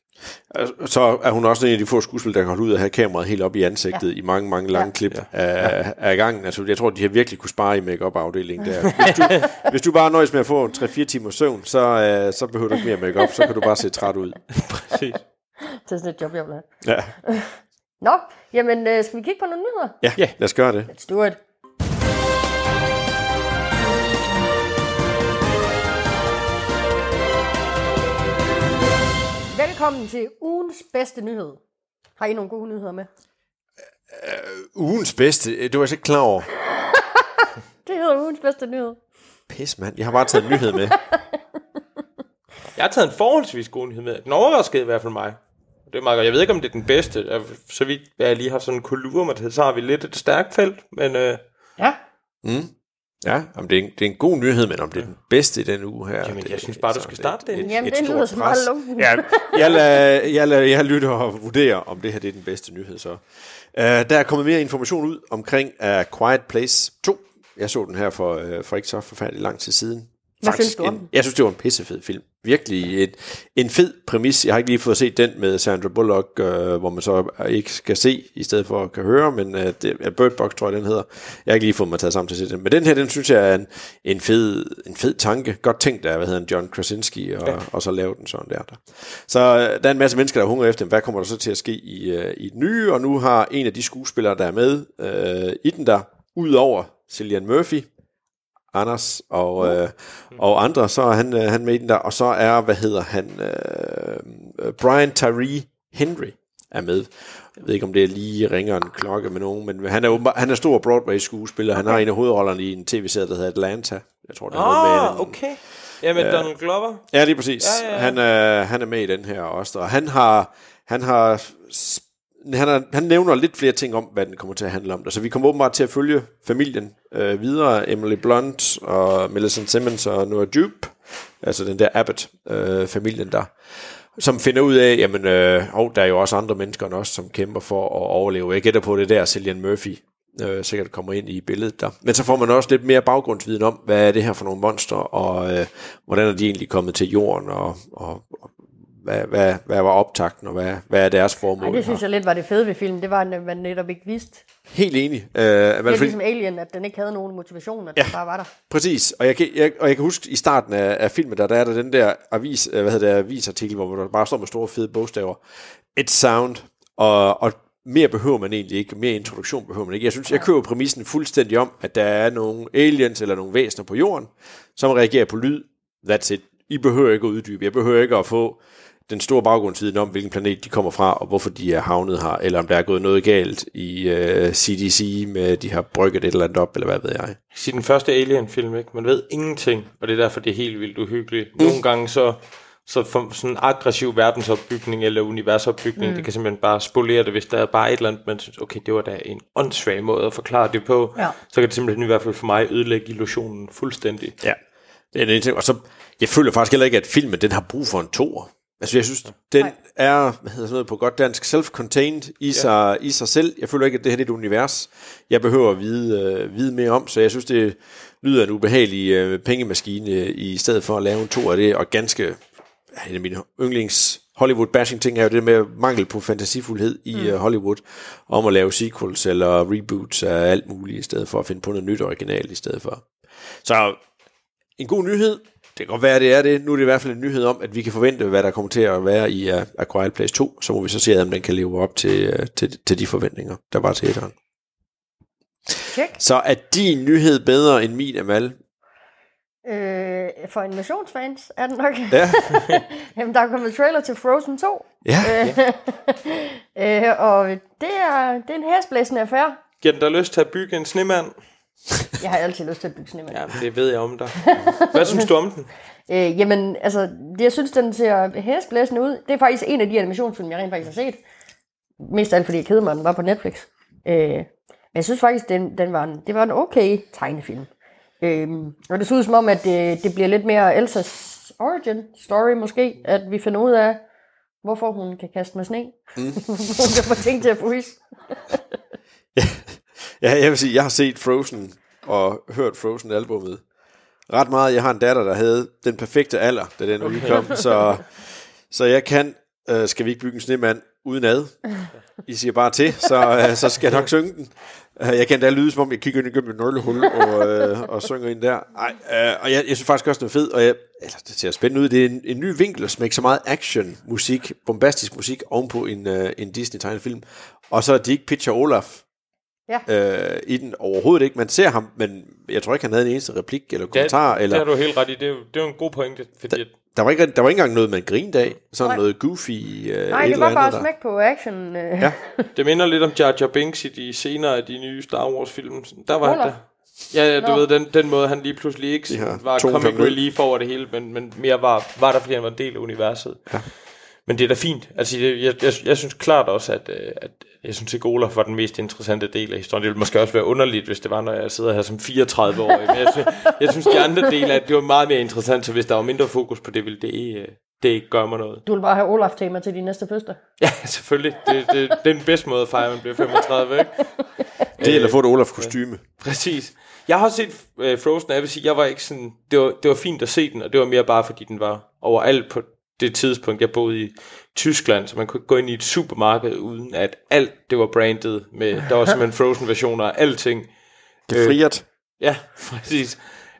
Så er hun også en af de få skuespillere, der kan holde ud at have kameraet helt op i ansigtet i mange lange klip af gangen. Altså, jeg tror, de har virkelig kunne spare i make-up-afdelingen der. Hvis du bare nøjes med at få 3-4 timer søvn, så behøver du ikke mere make-up, så kan du bare se træt ud. Præcis. Det er sådan et job, jeg vil have. Ja. Nå, jamen skal vi kigge på nogle nyheder? Ja, lad os gøre det. Let's do it. Velkommen til ugens bedste nyhed. Har I nogle gode nyheder med? Ugens bedste? Det var jeg ikke klar over. Det hedder ugens bedste nyhed. Pis, mand. Jeg har bare taget en nyhed med. Jeg har taget en forholdsvis god nyhed med. Den overraskede i hvert fald mig. Det er meget, jeg ved ikke, om det er den bedste. Så vidt jeg lige har sådan en kultur med det, så har vi lidt et stærkt felt. Men, ja. Ja, om det er en god nyhed, men om det er den bedste i den uge her. Jamen, jeg synes bare, du skal starte det. Jamen, det lyder så meget lunken. Ja, jeg lytter og vurderer, om det her det er den bedste nyhed så. Der er kommet mere information ud omkring Quiet Place 2. Jeg så den her for ikke så forfærdelig lang tid siden. Hvad synes du om den? Jeg synes, det var en pissefed film. Virkelig en fed præmis. Jeg har ikke lige fået set den med Sandra Bullock, hvor man så ikke skal se, i stedet for at kan høre, men det er Bird Box, tror jeg, den hedder. Jeg har ikke lige fået mig taget sammen til at se den. Men den her, den synes jeg er en fed tanke. Godt tænkt af, John Krasinski, og så lave den sådan der. Så der er en masse mennesker, der hungrer efter, hvad kommer der så til at ske i den nye, og nu har en af de skuespillere, der er med i den der, udover Cillian Murphy, Anders og andre, så er han med i den der, og så er, Brian Tyree Henry er med. Jeg ved ikke, om det er lige ringer en klokke med nogen, men han er stor Broadway-skuespiller. Okay. Han har en af hovedrollerne i en tv-serie, der hedder Atlanta. Jeg tror, det er med okay. Ja, med Donald Glover. Ja, lige præcis. Ja. Han er med i den her også, og han nævner lidt flere ting om, hvad den kommer til at handle om. Så vi kommer åbenbart til at følge familien videre. Emily Blunt og Millicent Simmons og Noah Jupe, altså den der Abbott-familien der, som finder ud af, jamen, der er jo også andre mennesker end os, som kæmper for at overleve. Jeg gætter på det der, Cillian Murphy sikkert kommer ind i billedet der. Men så får man også lidt mere baggrundsviden om, hvad er det her for nogle monster, og hvordan er de egentlig kommet til jorden, og hvad var optakten, og hvad er deres formål? Ej, det synes jeg lidt var det fede ved filmen. Det var, at man netop ikke vidste. Helt enig. Det er ligesom Alien, at den ikke havde nogen motivation, at den bare var der. Præcis. Og jeg kan huske, i starten af filmen, der er der den der avisartikel, hvor der bare står med store fede bogstaver. It's sound. Og mere behøver man egentlig ikke. Mere introduktion behøver man ikke. Jeg synes, jeg køber præmissen fuldstændig om, at der er nogle aliens eller nogle væsener på jorden, som reagerer på lyd. That's it. I behøver ikke at uddybe. Jeg behøver ikke at få den store baggrundsviden om, hvilken planet de kommer fra, og hvorfor de er havnet her, eller om der er gået noget galt i CDC med, de har brygget et eller andet op, eller hvad ved jeg. I den første Alien-film, ikke? Man ved ingenting, og det er derfor, det er helt vildt uhyggeligt. Nogle gange så for sådan en aggressiv verdensopbygning eller universopbygning, det kan simpelthen bare spolere det, hvis der er bare et eller andet, man synes, okay, det var da en åndssvag måde at forklare det på, så kan det simpelthen i hvert fald for mig ødelægge illusionen fuldstændig. Ja, det er en ting. Og så, jeg føler faktisk heller ikke, at filmen, den har brug for en toer. Altså, jeg synes, den er, hvad hedder sådan noget på godt dansk, self-contained i sig selv. Jeg føler ikke, at det her er et univers, jeg behøver at vide mere om, så jeg synes, det lyder en ubehagelig pengemaskine, i stedet for at lave en toer af det, og ganske, en af mine yndlings Hollywood-bashing ting er jo det med mangel på fantasifuldhed i Hollywood, om at lave sequels eller reboots af alt muligt, i stedet for at finde på noget nyt original i stedet for. Så en god nyhed. Det kan godt være, at det er det. Nu er det i hvert fald en nyhed om, at vi kan forvente, hvad der kommer til at være i A Quiet Place 2. Så må vi så se, om den kan leve op til de forventninger, der var til etteren. Så er din nyhed bedre end min, Amal? For animationsfans er den nok. Ja. Jamen, der er kommet trailer til Frozen 2. Ja. Og det er en hæsblæsende affære. Giver den der lyst til at bygge en snemand? Jeg har altid lyst til at bygge snemand. Ja, det ved jeg om dig. Hvad synes du om den? Jamen, altså, jeg synes, den ser hæsblæsende ud. Det er faktisk en af de animationsfilm, jeg rent faktisk har set. Mest af alt, fordi jeg kedede mig, den var på Netflix. Men jeg synes faktisk, det var en okay tegnefilm. Og det ser ud som om, at det bliver lidt mere Elsas origin story måske, at vi finder ud af, hvorfor hun kan kaste med sne. Hun kan få ting til at fryse. Ja, jeg vil sige, jeg har set Frozen og hørt Frozen-albummet ret meget. Jeg har en datter, der havde den perfekte alder, da den udkom, så jeg kan, skal vi ikke bygge en snemand uden ad? I siger bare til, så skal jeg nok synge den. Jeg kan da lyde, som om jeg kigger ind igennem et nøglehul og synger ind der. Og jeg synes faktisk også, det er fedt, og det ser spændende ud. Det er en ny vinkel, som ikke så meget action-musik, bombastisk musik, ovenpå en Disney-tegnefilm. Og så Dick Pitcher Olaf i den overhovedet ikke. Man ser ham, men jeg tror ikke, han havde en eneste replik eller kommentar. Det har du helt ret i. Det er jo en god pointe. Fordi der var ikke engang noget med en grindag. Sådan noget goofy. Nej, det var bare smæk på action. Ja. Det minder lidt om Jar Jar Binks i de senere af de nye Star Wars film. Der var han der. Ja, du ved, den måde han lige pludselig ikke var comic relief over det hele, men mere var der, fordi han var en del af universet. Ja. Men det er da fint. Altså, jeg synes klart også, at jeg synes, at Olaf var den mest interessante del af historien. Det ville måske også være underligt, hvis det var, når jeg sidder her som 34-årig. Men jeg synes, de andre dele, at det var meget mere interessant, så hvis der var mindre fokus på det, ville det ikke gøre mig noget. Du vil bare have Olaf-tema til de næste fødsler. Ja, selvfølgelig. Det er den bedste måde at fejre, at man bliver 35, ikke? Det eller få et Olaf-kostyme. Præcis. Jeg har set Frozen, og jeg vil sige, jeg var ikke sådan... Det var fint at se den, og det var mere bare, fordi den var overalt på det tidspunkt, jeg boede i Tyskland, så man kunne ikke gå ind i et supermarked, uden at alt det var brandet med, der var simpelthen Frozen-versioner af alting. Gefriert. Ja, præcis.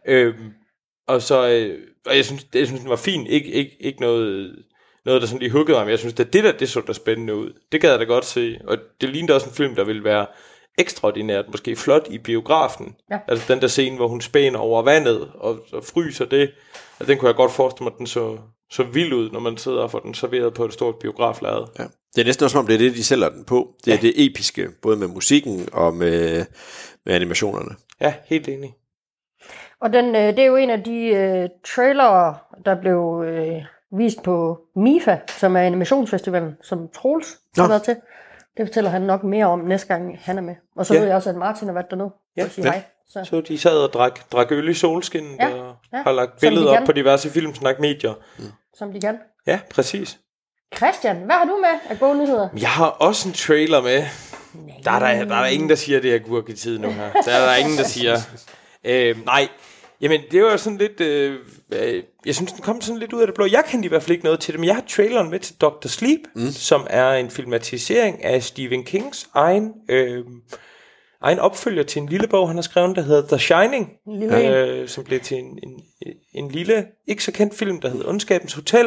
Og jeg synes, den var fin. Ikke noget, der sådan lige huggede mig, men jeg synes, at det så der spændende ud. Det gad jeg da godt se, og det lignede også en film, der ville være ekstraordinært, måske flot i biografen. Ja. Altså den der scene, hvor hun spæner over vandet og fryser det, og den kunne jeg godt forestille mig, at den så vild ud, når man sidder og får den serveret på et stort biograflade. Ja. Det er næsten også som om, det er det, de sælger den på. Det er det episke, både med musikken og med animationerne. Ja, helt enig. Og det er jo en af de trailere, der blev vist på MIFA, som er animationsfestivalen, som Troels har været til. Det fortæller han nok mere om næste gang, han er med. Og så ved jeg også, at Martin har været dernede. Ja. Hej. Så de sad og drak øl i solskin, og har lagt billeder op på diverse Filmsnak-medier. Som de kan. Ja, præcis. Christian, hvad har du med af gode nyheder? Jeg har også en trailer med. Der er ingen, der siger, det er agurk i tid nu her. Der er ingen, der siger. Nej, jamen det var sådan lidt... jeg synes, den kom sådan lidt ud af det blå. Jeg kendte i hvert fald ikke noget til det, men jeg har traileren med til Dr. Sleep, som er en filmatisering af Stephen Kings egen opfølger til en lille bog, han har skrevet, der hedder The Shining, som blev til en lille, ikke så kendt film, der hedder Ondskabens Hotel.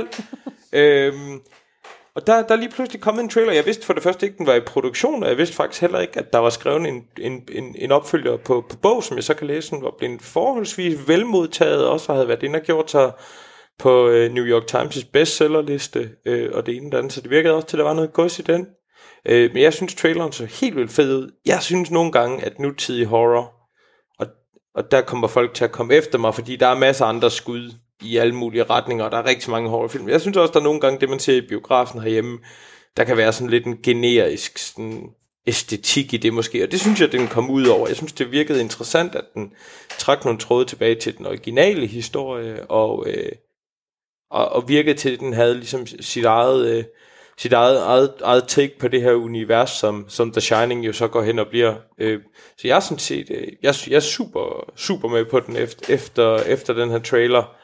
Og der er lige pludselig kommet en trailer. Jeg vidste for det første ikke, den var i produktion, og jeg vidste faktisk heller ikke, at der var skrevet en opfølger på bog, som jeg så kan læse, den var blevet forholdsvis velmodtaget, også havde været inde og gjort sig på New York Times' bestsellerliste, og det ene og andet, så det virkede også til, at der var noget gods i den. Men jeg synes, traileren så helt vildt fed ud. Jeg synes nogle gange, at nutidig horror, og der kommer folk til at komme efter mig, fordi der er masser af andre skud i alle mulige retninger, og der er rigtig mange horrorfilm. Jeg synes også, der er nogle gange, det man ser i biografen herhjemme, der kan være sådan lidt en generisk sådan æstetik i det måske, og det synes jeg, den kom ud over. Jeg synes, det virkede interessant, at den trak nogle tråde tilbage til den originale historie, og virkede til, at den havde ligesom sit eget take på det her univers, som The Shining jo så går hen og bliver. Så jeg er sådan set, jeg er super med på den efter den her trailer.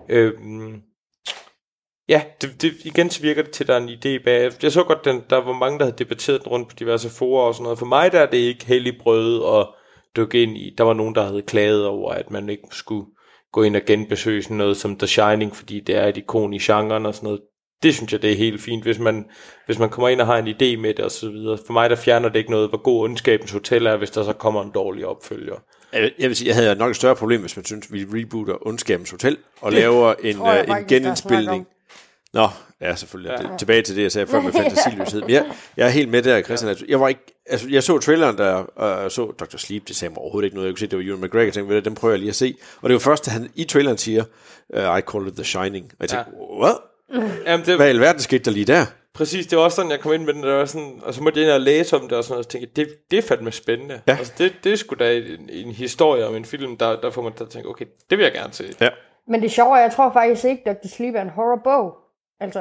Ja, det igen så virker det til, at der er en idé bag. Jeg så godt, der var mange, der havde debatteret den rundt på diverse forer og sådan noget. For mig der er det ikke hellig brød at dykke ind i. Der var nogen, der havde klaget over, at man ikke skulle gå ind og genbesøge sådan noget som The Shining, fordi det er et ikon i genren og sådan noget. Det synes jeg, det er helt fint, hvis man kommer ind og har en idé med det og så videre. For mig der fjerner det ikke noget, hvor god Ondskabens Hotel er, hvis der så kommer en dårlig opfølger. Jeg vil sige, jeg havde nok et større problem, hvis man synes, vi rebooter Ondskabens Hotel og laver en genindspilning. Nå, ja, selvfølgelig. Ja. Tilbage til det, jeg sagde før med fantasiløshed. Men jeg er helt med der, Christian. Jeg så traileren, der så Dr. Sleep, det sagde mig overhovedet ikke noget. Jeg kunne se, det var Ewan McGregor, jeg tænkte, den prøver jeg lige at se. Og det var først, at han i traileren siger, I call it The Shining. Og jeg tænkte, what? Jamen, hvad i alverden skete der lige der? Præcis, det var også sådan, jeg kom ind med den, der var sådan, og så måtte jeg ind og læse om det og sådan noget, og tænkte, det er fandme spændende. Ja. Altså, det er sgu da en historie om en film, der får man til at tænke, okay, det vil jeg gerne se. Ja. Men det sjove er, jeg tror faktisk ikke, at Dr. Sleep er en horrorbog. Altså.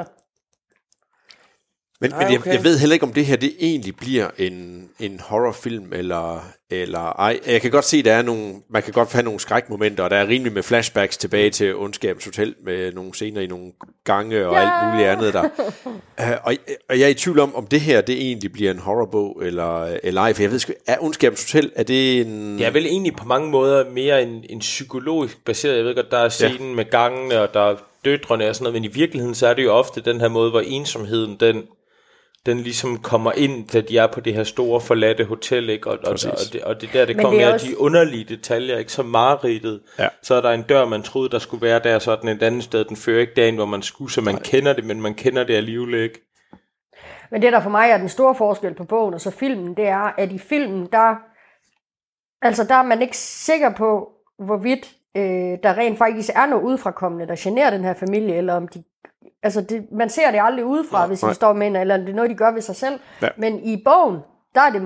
Men jeg ved heller ikke, om det her det egentlig bliver en horrorfilm eller ej. Jeg kan godt se, at man kan godt have nogle skrækmomenter, og der er rimelig med flashbacks tilbage til Ondskabens Hotel med nogle scener i nogle gange og alt muligt andet der. Og jeg er i tvivl om det her det egentlig bliver en horrorbog eller ej, for jeg ved sgu, er Ondskabens Hotel, er det en... Det er vel egentlig på mange måder mere en psykologisk baseret. Jeg ved godt, der er scenen med gangene, og der er døtrene og sådan noget, men i virkeligheden så er det jo ofte den her måde, hvor ensomheden den ligesom kommer ind, da de er på det her store forladte hotel, ikke? Og det der, det kommer med de underlige detaljer, ikke? Så mareridtet. Ja. Så er der en dør, man troede, der skulle være der, så er den et andet sted, den fører ikke derind, hvor man skulle, så man kender det, men man kender det alligevel ikke. Men det, der for mig er den store forskel på bogen og så filmen, det er, at i filmen, der er man ikke sikker på, hvorvidt der rent faktisk er noget udefrakommende, der generer den her familie, eller om de... Altså, man ser det aldrig udefra, hvis de står med en, eller det er noget, de gør ved sig selv. Ja. Men i bogen, der er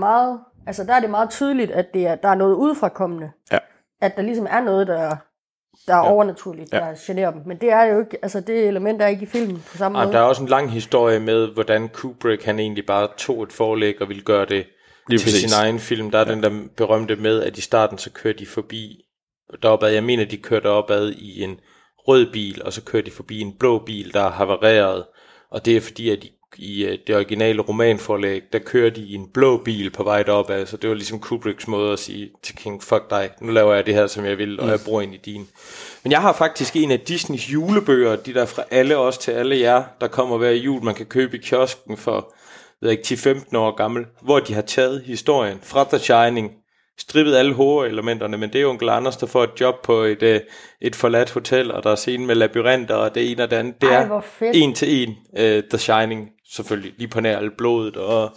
det meget tydeligt, at der er noget udefrakommende. Ja. At der ligesom er noget, der er overnaturligt, der generer dem. Men det er jo ikke, altså det element er ikke i filmen på samme måde. Der er også en lang historie med, hvordan Kubrick, han egentlig bare tog et forlæg og ville gøre det til sin egen film. Der er den der berømte med, at i starten så kører de forbi deropad. Jeg mener, de kørte opad i en rød bil, og så kører de forbi en blå bil, der har havareret, og det er fordi, at i det originale romanforlæg, der kører de i en blå bil på vej deroppe, altså det var ligesom Kubricks måde at sige til King, fuck dig, nu laver jeg det her, som jeg vil, og jeg bruger ind i din. Men jeg har faktisk en af Disneys julebøger, de der fra alle os til alle jer, der kommer hver jul, man kan købe i kiosken for, ved ikke, 10-15 år gammel, hvor de har taget historien fra The Shining, strippet alle horror-elementerne, men det er jo onkel Anders, der får et job på et forladt hotel, og der er scenen med labyrinter, og det ene og det andet. Det er en til en The Shining, selvfølgelig, lige på nær alt blodet,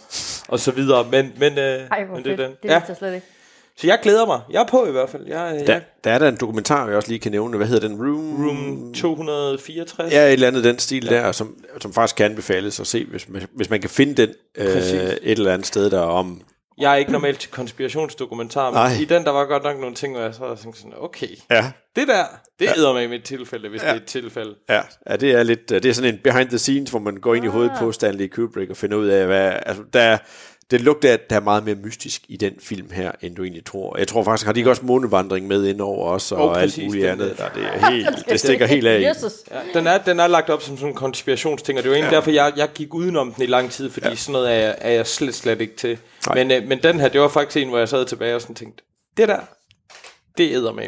og så videre. Men det er den. Det vidste jeg slet ikke. Så jeg glæder mig. Jeg er på i hvert fald. Der er der en dokumentar, jeg også lige kan nævne. Hvad hedder den? Room 264? Ja, et eller andet den stil der, som faktisk kan anbefales at se, hvis man kan finde den et eller andet sted der om... Jeg er ikke normalt til konspirationsdokumentar, men i den, der var godt nok nogle ting, hvor jeg så tænkte sådan, okay, det æder mig i mit tilfælde, hvis det er et tilfælde. Ja, det er lidt, det er sådan en behind the scenes, hvor man går ind i hovedet på Stanley Kubrick og finder ud af, hvad, altså det lugter af, at der er meget mere mystisk i den film her, end du egentlig tror. Jeg tror faktisk, har de ikke også månevandring med ind over os, og alt muligt andet. Det stikker helt af. Ja, den er lagt op som sådan en konspirationsting, og det er jo egentlig derfor, jeg gik udenom den i lang tid, fordi sådan noget er jeg slet ikke til. Men den her, det var faktisk en, hvor jeg sad tilbage og sådan tænkte, det der, det æder med.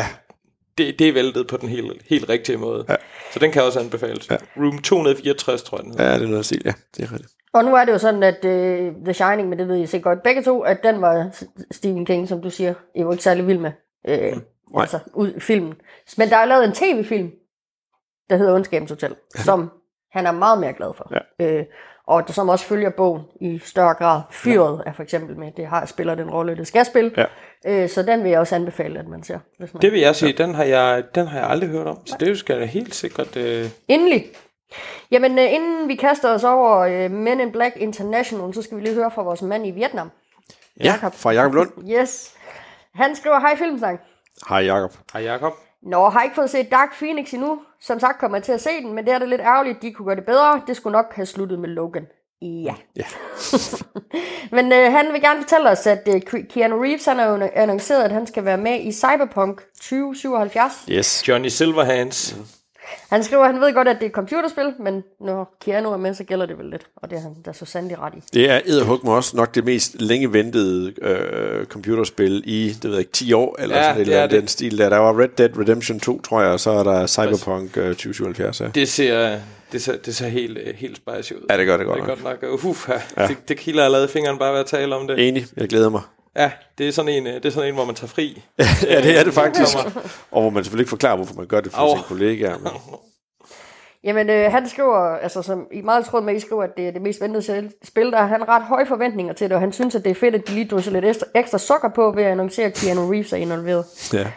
Det er væltet på den helt rigtige måde. Ja. Så den kan også anbefales. Ja. Room 264, tror jeg den hedder. Ja, det er noget at sige. Ja, det er rigtigt. Og nu er det jo sådan, at The Shining, men det ved jeg så godt begge to, at den var Stephen King, som du siger, jeg var ikke særlig vild med. Altså, ud i filmen. Men der er lavet en tv-film der hedder Ondskabens Hotel, som han er meget mere glad for. Ja. Og som også følger bogen i større grad. Fyret er for eksempel med, det spiller den rolle, det skal spille. Ja. Så den vil jeg også anbefale, at man ser. Det vil jeg sige, den har jeg aldrig hørt om, så det skal jeg helt sikkert... Endelig. Jamen, inden vi kaster os over Men in Black International, så skal vi lige høre fra vores mand i Vietnam. Ja, Jacob. Fra Jacob Lund. Yes. Han skriver, hej Filmsnak. Hej Jacob. Hej Jacob. Nå, har ikke fået set Dark Phoenix endnu. Som sagt kommer jeg til at se den, men det er da lidt ærgerligt, de kunne gøre det bedre. Det skulle nok have sluttet med Logan. Ja. Men han vil gerne fortælle os, at Keanu Reeves han har annonceret, at han skal være med i Cyberpunk 2077. Yes. Johnny Silverhands. Han skriver, at han ved godt, at det er et computerspil, men når Keanu er med, så gælder det vel lidt. Og det er han der så sandelig ret i. Det er edderhug mig også nok det mest længe ventede computerspil i, det ved jeg ikke, 10 år, eller sådan et eller andet den stil. Der var Red Dead Redemption 2, tror jeg, og så er der Cyberpunk 2077. Ja. Det ser helt spicy ud. Ja, det gør det godt nok. Det er godt nok. Det kilder allerede fingeren bare ved at tale om det. Enig, jeg glæder mig. Ja, det er sådan en, hvor man tager fri. Ja, det er det faktisk. Og hvor man selvfølgelig ikke forklarer, hvorfor man gør det for sine kollegaer. Men... Jamen, han skriver, altså som i meget tråd med, I skriver, at det er det mest ventede spil, der har han ret høje forventninger til det, og han synes, at det er fedt, at de lige drysser lidt ekstra sukker på, ved at annoncere, at Keanu Reeves er involveret.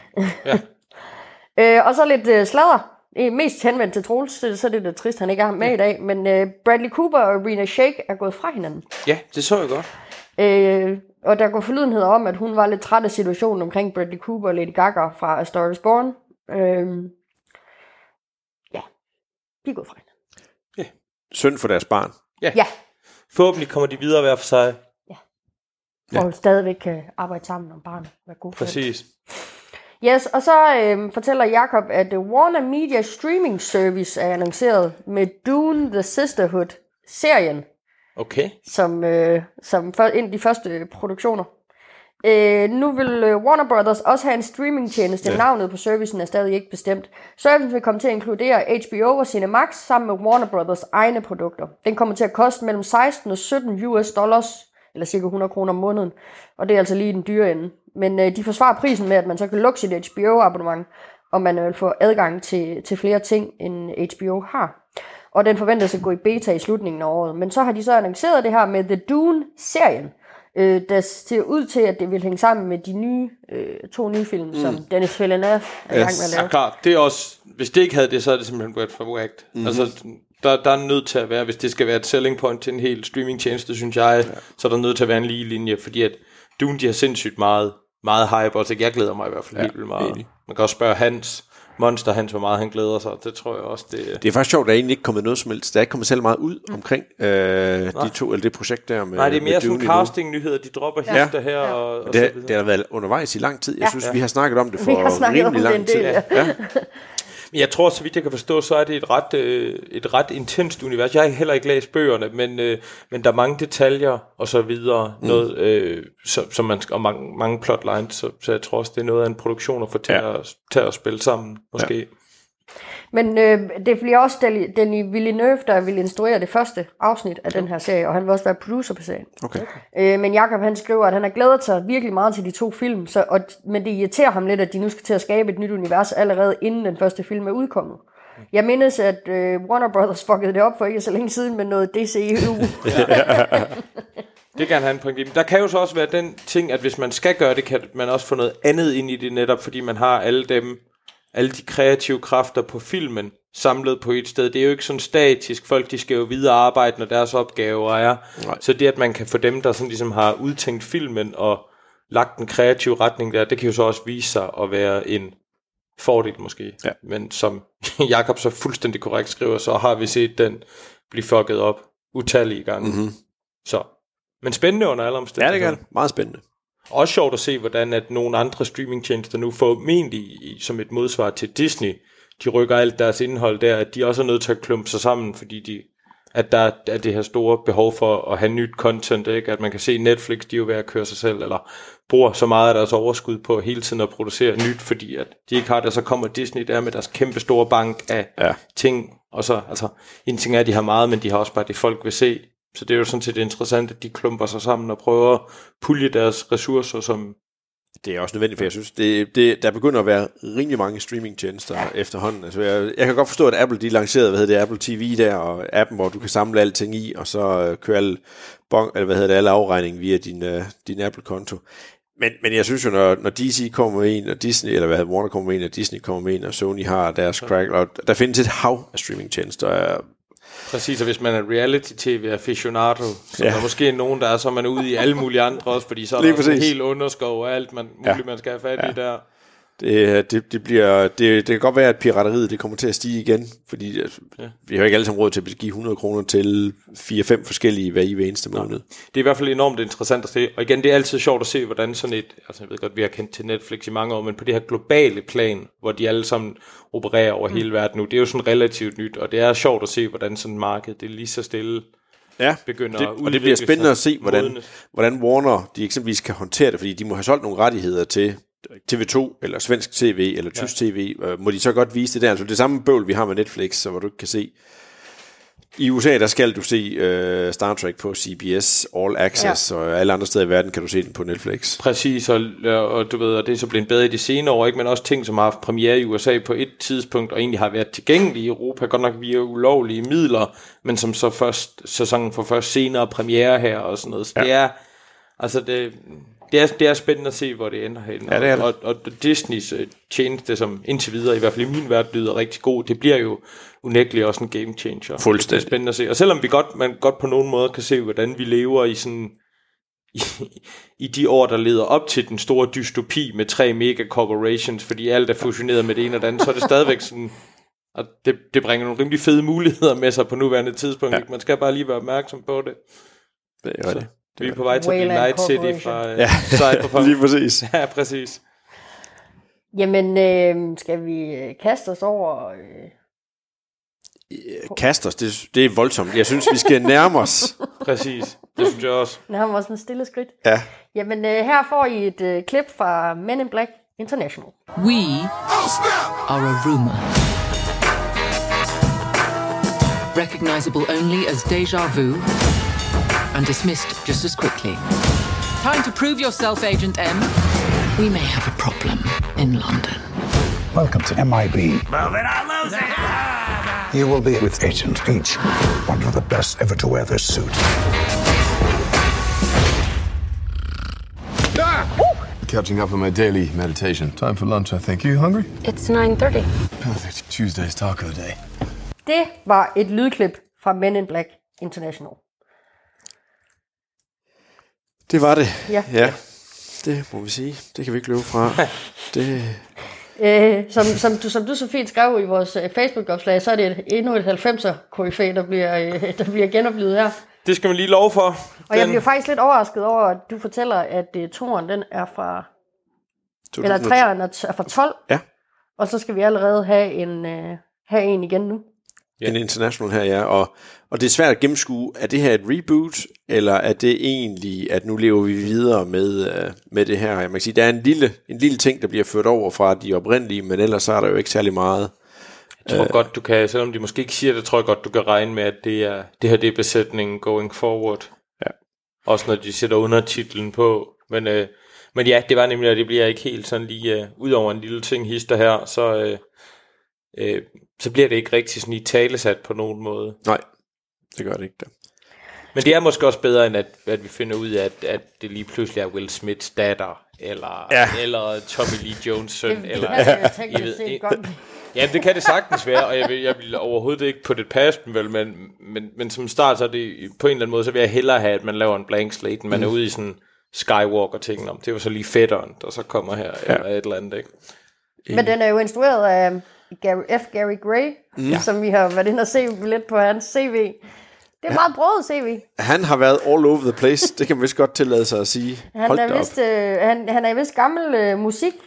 Ja. Og så lidt sladder. Mest henvendt til Troels, så er det lidt trist, han ikke er med i dag, men Bradley Cooper og Rena Shaik er gået fra hinanden. Ja, det så jeg godt. Og der går forlydenheder om, at hun var lidt træt af situationen omkring Bradley Cooper og Lady Gaga fra A Star Is Born. Ja, de er gået fra hinanden. Ja. Synd for deres barn. Ja. Forhåbentlig kommer de videre hver for sig. Ja. Og stadigvæk kan arbejde sammen om barnet. Præcis. Yes, og så fortæller Jacob, at Warner Media Streaming Service er annonceret med Dune The Sisterhood-serien. Okay. Som en af de første produktioner. Nu vil Warner Brothers også have en streamingtjeneste. Ja. Navnet på servicen er stadig ikke bestemt. Servicen vil komme til at inkludere HBO og Cinemax sammen med Warner Brothers egne produkter. Den kommer til at koste mellem 16 og 17 US dollars, eller cirka 100 kroner om måneden. Og det er altså lige den dyre ende. Men de forsvarer prisen med, at man så kan lukke sit HBO-abonnement, og man vil få adgang til flere ting, end HBO har. Og den forventes at gå i beta i slutningen af året. Men så har de så annonceret det her med The Dune-serien, der ser ud til, at det vil hænge sammen med de to nye film, som Denis Villeneuve er i gang med at lave. Ja, klart. Det er også, hvis det ikke havde det, så er det simpelthen red for whacked. Altså, der er nødt til at være, hvis det skal være et selling point til en hel streamingtjeneste, synes jeg, så er der nødt til at være en lige linje, fordi at Dune, de har sindssygt meget hype, og jeg glæder mig i hvert fald helt vildt meget. Enig. Man kan også spørge Monster, hvor meget han glæder sig. Det tror jeg også, det er faktisk sjovt, at der egentlig ikke kommet noget som helst. Der er ikke kommet selv meget ud omkring de to, eller det projekt der med. Nej, det er mere sådan casting-nyheder, de dropper hister her. Og det har været undervejs i lang tid. Jeg synes, vi har snakket om det for rimelig lang tid. Ja. Men jeg tror, så vidt jeg kan forstå, så er det et ret intenst univers. Jeg har heller ikke læst bøgerne, men der er mange detaljer og så videre. Noget, som man og mange plotlines, så jeg tror også, det er noget af en produktion at få til at spille sammen, måske. Ja. Men det bliver også Denis Villeneuve, der vil instruere det første afsnit af den her serie, og han vil også være producer på serien. Okay. Men Jacob, han skriver, at han har glædet sig virkelig meget til de to film, men det irriterer ham lidt, at de nu skal til at skabe et nyt univers allerede inden den første film er udkommet. Jeg mindes, at Warner Brothers fuckede det op for ikke så længe siden med noget DCU. Det kan han have en point i. Men der kan jo så også være den ting, at hvis man skal gøre det, kan man også få noget andet ind i det, netop fordi man har alle de kreative kræfter på filmen samlet på et sted. Det er jo ikke sådan statisk. Folk, de skal jo videre arbejde, når deres opgaver er. Nej. Så det, at man kan få dem, der sådan ligesom har udtænkt filmen og lagt en kreativ retning der, det kan jo så også vise sig at være en fordel måske. Ja. Men som Jacob så fuldstændig korrekt skriver, så har vi set den blive fucket op utallige gange. Mm-hmm. Så. Men spændende under alle omstændigheder. Ja, det er meget spændende. Også sjovt at se, hvordan at nogle andre streamingtjenester nu formentlig som et modsvar til Disney, de rykker alt deres indhold der, at de også er nødt til at klumpe sig sammen, fordi at der er det her store behov for at have nyt content, ikke? At man kan se Netflix, de er jo ved at køre sig selv, eller bruger så meget af deres overskud på hele tiden at producere nyt, fordi at de ikke har det, så kommer Disney der med deres kæmpe store bank af ting, og så, altså, en ting er, at de har meget, men de har også bare det, folk vil se. Så det er jo sådan set interessant, at de klumper sig sammen og prøver at pulje deres ressourcer, som Det er også nødvendigt, for jeg synes, der begynder at være rimelig mange streamingtjenester efterhånden. Altså, jeg kan godt forstå, at Apple de lancerede, Apple TV der, og appen, hvor du kan samle alting i, og så køre alle afregning via din Apple-konto. Men jeg synes jo, når DC kommer med en, og Disney, eller Warner kommer med en, og Disney kommer med en, og Sony har deres crack, og der findes et hav af streamingtjenester. Præcis, og hvis man er reality-tv-aficionado, så der er måske nogen, der er, så man er ude i alle mulige andre også, fordi så er der også en helt underskov og alt man skal have fat i der. Det kan godt være, at pirateriet det kommer til at stige igen, fordi vi har ikke alle sammen råd til at give 100 kroner til 4-5 forskellige hver eneste måned. Det er i hvert fald enormt interessant at se, og igen, det er altid sjovt at se, hvordan sådan et, altså jeg ved godt, vi har kendt til Netflix i mange år, men på det her globale plan, hvor de alle sammen opererer over hele verden nu, det er jo sådan relativt nyt, og det er sjovt at se, hvordan sådan et marked, det er lige så stille begynder at udvikle. Og det bliver spændende at se, hvordan Warner, de eksempelvis kan håndtere det, fordi de må have solgt nogle rettigheder til TV2, eller svensk tv, eller tysk tv, må de så godt vise det der. Altså det samme bøvl, vi har med Netflix, så hvor du ikke kan se. I USA, der skal du se Star Trek på CBS All Access, og alle andre steder i verden kan du se den på Netflix. Præcis, og du ved, og det er så blevet bedre i de senere år, ikke? Men også ting, som har haft premiere i USA på et tidspunkt, og egentlig har været tilgængelige i Europa, godt nok via ulovlige midler, men som så først sæsonen for først senere premiere her, og sådan noget. Så det er, altså det er spændende at se, hvor det ender hen. Ja, det er det. Og Disneys tjeneste, som indtil videre, i hvert fald i min verden, lyder rigtig god, det bliver jo unægteligt også en game changer. Fuldstændig. Det er spændende at se. Og selvom man godt på nogen måde kan se, hvordan vi lever i sådan i de år, der leder op til den store dystopi med 3 mega corporations, fordi alt er fusioneret med det ene og det andet, så er det stadigvæk sådan, og det bringer nogle rimelig fede muligheder med sig på nuværende tidspunkt. Ja. Man skal bare lige være opmærksom på det. Det er det. Vi er på vej til at blive Night City fra Cyberpunk. Lige præcis. Ja, præcis. Jamen, skal vi kaste os over... Kaste os, det er voldsomt. Jeg synes, vi skal nærme os. Præcis, det synes jeg også. Nærme os med stille skridt. Ja. Jamen, her får I et klip fra Men in Black International. We are a rumor. Recognizable only as déjà vu and dismissed just as quickly. Time to prove yourself, Agent M. We may have a problem in London. Welcome to MIB. Move it on, lose it! You will be with Agent H, one of the best ever to wear this suit. Catching up on my daily meditation. Time for lunch, I think. You hungry? It's 9:30. Perfect. Tuesday's taco day. Det var et lydklip fra Men in Black International. Det var det. Ja. Det må vi sige. Det kan vi ikke løbe fra. Som du så fint skrev i vores Facebook-opslag, så er det endnu et 90'er-koryfæ, der bliver genoplevet her. Det skal man lige love for. Og jeg bliver faktisk lidt overrasket over, at du fortæller, at toren den er fra... Eller træerne er fra 12. Ja. Og så skal vi allerede have en igen nu. En international her, ja. Og det er svært at gennemskue, er det her et reboot, eller er det egentlig, at nu lever vi videre med det her? Jeg kan sige, der er en lille ting, der bliver ført over fra de oprindelige, men ellers så er der jo ikke særlig meget. Jeg tror godt, du kan, selvom de måske ikke siger det, tror jeg godt, du kan regne med, at det her det er besætningen going forward. Ja. Også når de sætter undertitlen på. Men ja, det var nemlig, at det bliver ikke helt sådan lige, ud over en lille ting hister her, så bliver det ikke rigtig sådan i talesat på nogen måde. Nej, det gør det ikke da. Men det er måske også bedre, end at vi finder ud af, at det lige pludselig er Will Smiths datter, eller Tommy Lee Jones søn. Ja, det kan det sagtens være, og jeg vil overhovedet ikke på det past, vel, men som start, så er det på en eller anden måde, så vil jeg hellere have, at man laver en blank slate, end man er ude i sådan Skywalker-ting om. Det var så lige fætteren, der så kommer her, eller et eller andet, ikke? Men den er jo instrueret af Gary Gray, som vi har været inde og se lidt på hans CV. Det er meget broget CV. Han har været all over the place. Det kan man vist godt tillade sig at sige. Han er vist gammel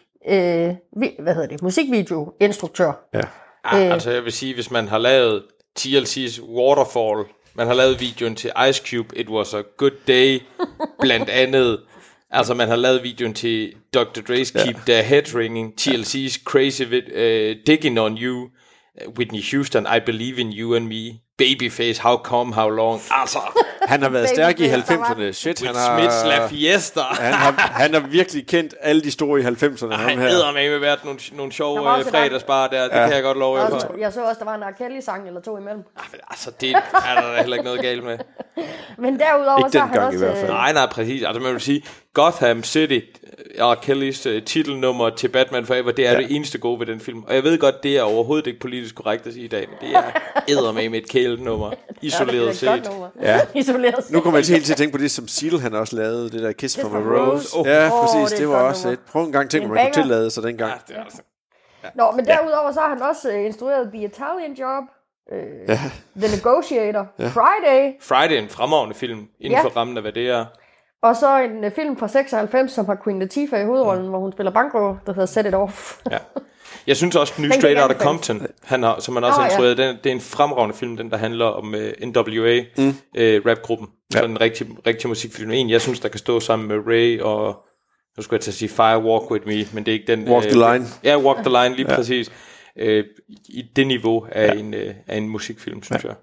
musikvideo-instruktør. Ja. Altså jeg vil sige, hvis man har lavet TLC's Waterfall, man har lavet videoen til Ice Cube, It Was a Good Day, blandt andet. Altså man har lavet videoen til Dr. Dre's Keep the Head Ringing, TLC's Crazy Digging on You. Whitney Houston, I believe in you and me. Babyface, how come, how long. Altså, han har været stærk i 90'erne. Shit, han har... Smiths La Fiesta. han har virkelig kendt alle de store i 90'erne. Han hedder med været nogle sjove fredagsbar der. Det kan jeg godt love jer for. Jeg så også, der var en R. Kelly-sang eller to imellem. Altså, det er der heller ikke noget galt med. Men derudover ikke så har han også... I hvert fald. Nej, præcis. Altså, man vil sige, Gotham City, R. Kellys titelnummer til Batman Forever, det er det eneste gode ved den film. Og jeg ved godt, det er overhovedet ikke politisk korrekt at sige i dag, men det er eddermame med et kælenummer, isoleret set. Ja. Nu kommer jeg helt til at tænke på det, som Seal han også lavede, det der Kiss from a Rose. Ja, præcis, det var også et. Prøv en gang tænke, man kunne tillade sig dengang. Ja, det er altså. Nå, men derudover så har han også instrueret The Italian Job, The Negotiator, Friday, en fremragende film, inden for rammen af hvad det er. Og så en film fra 96, som har Queen Latifah i hovedrollen, hvor hun spiller bankrøver, der hedder Set It Off. Ja. Jeg synes også, den nye Straight Outta Compton, som han også har instrueret, det er en fremragende film, den der handler om NWA, rapgruppen. Så en rigtig musikfilm. En, jeg synes, der kan stå sammen med Ray og, nu skulle jeg til at sige Fire Walk With Me, men det er ikke den... Walk the Line. Ja, Walk the Line, lige præcis. I det niveau af en musikfilm, synes jeg.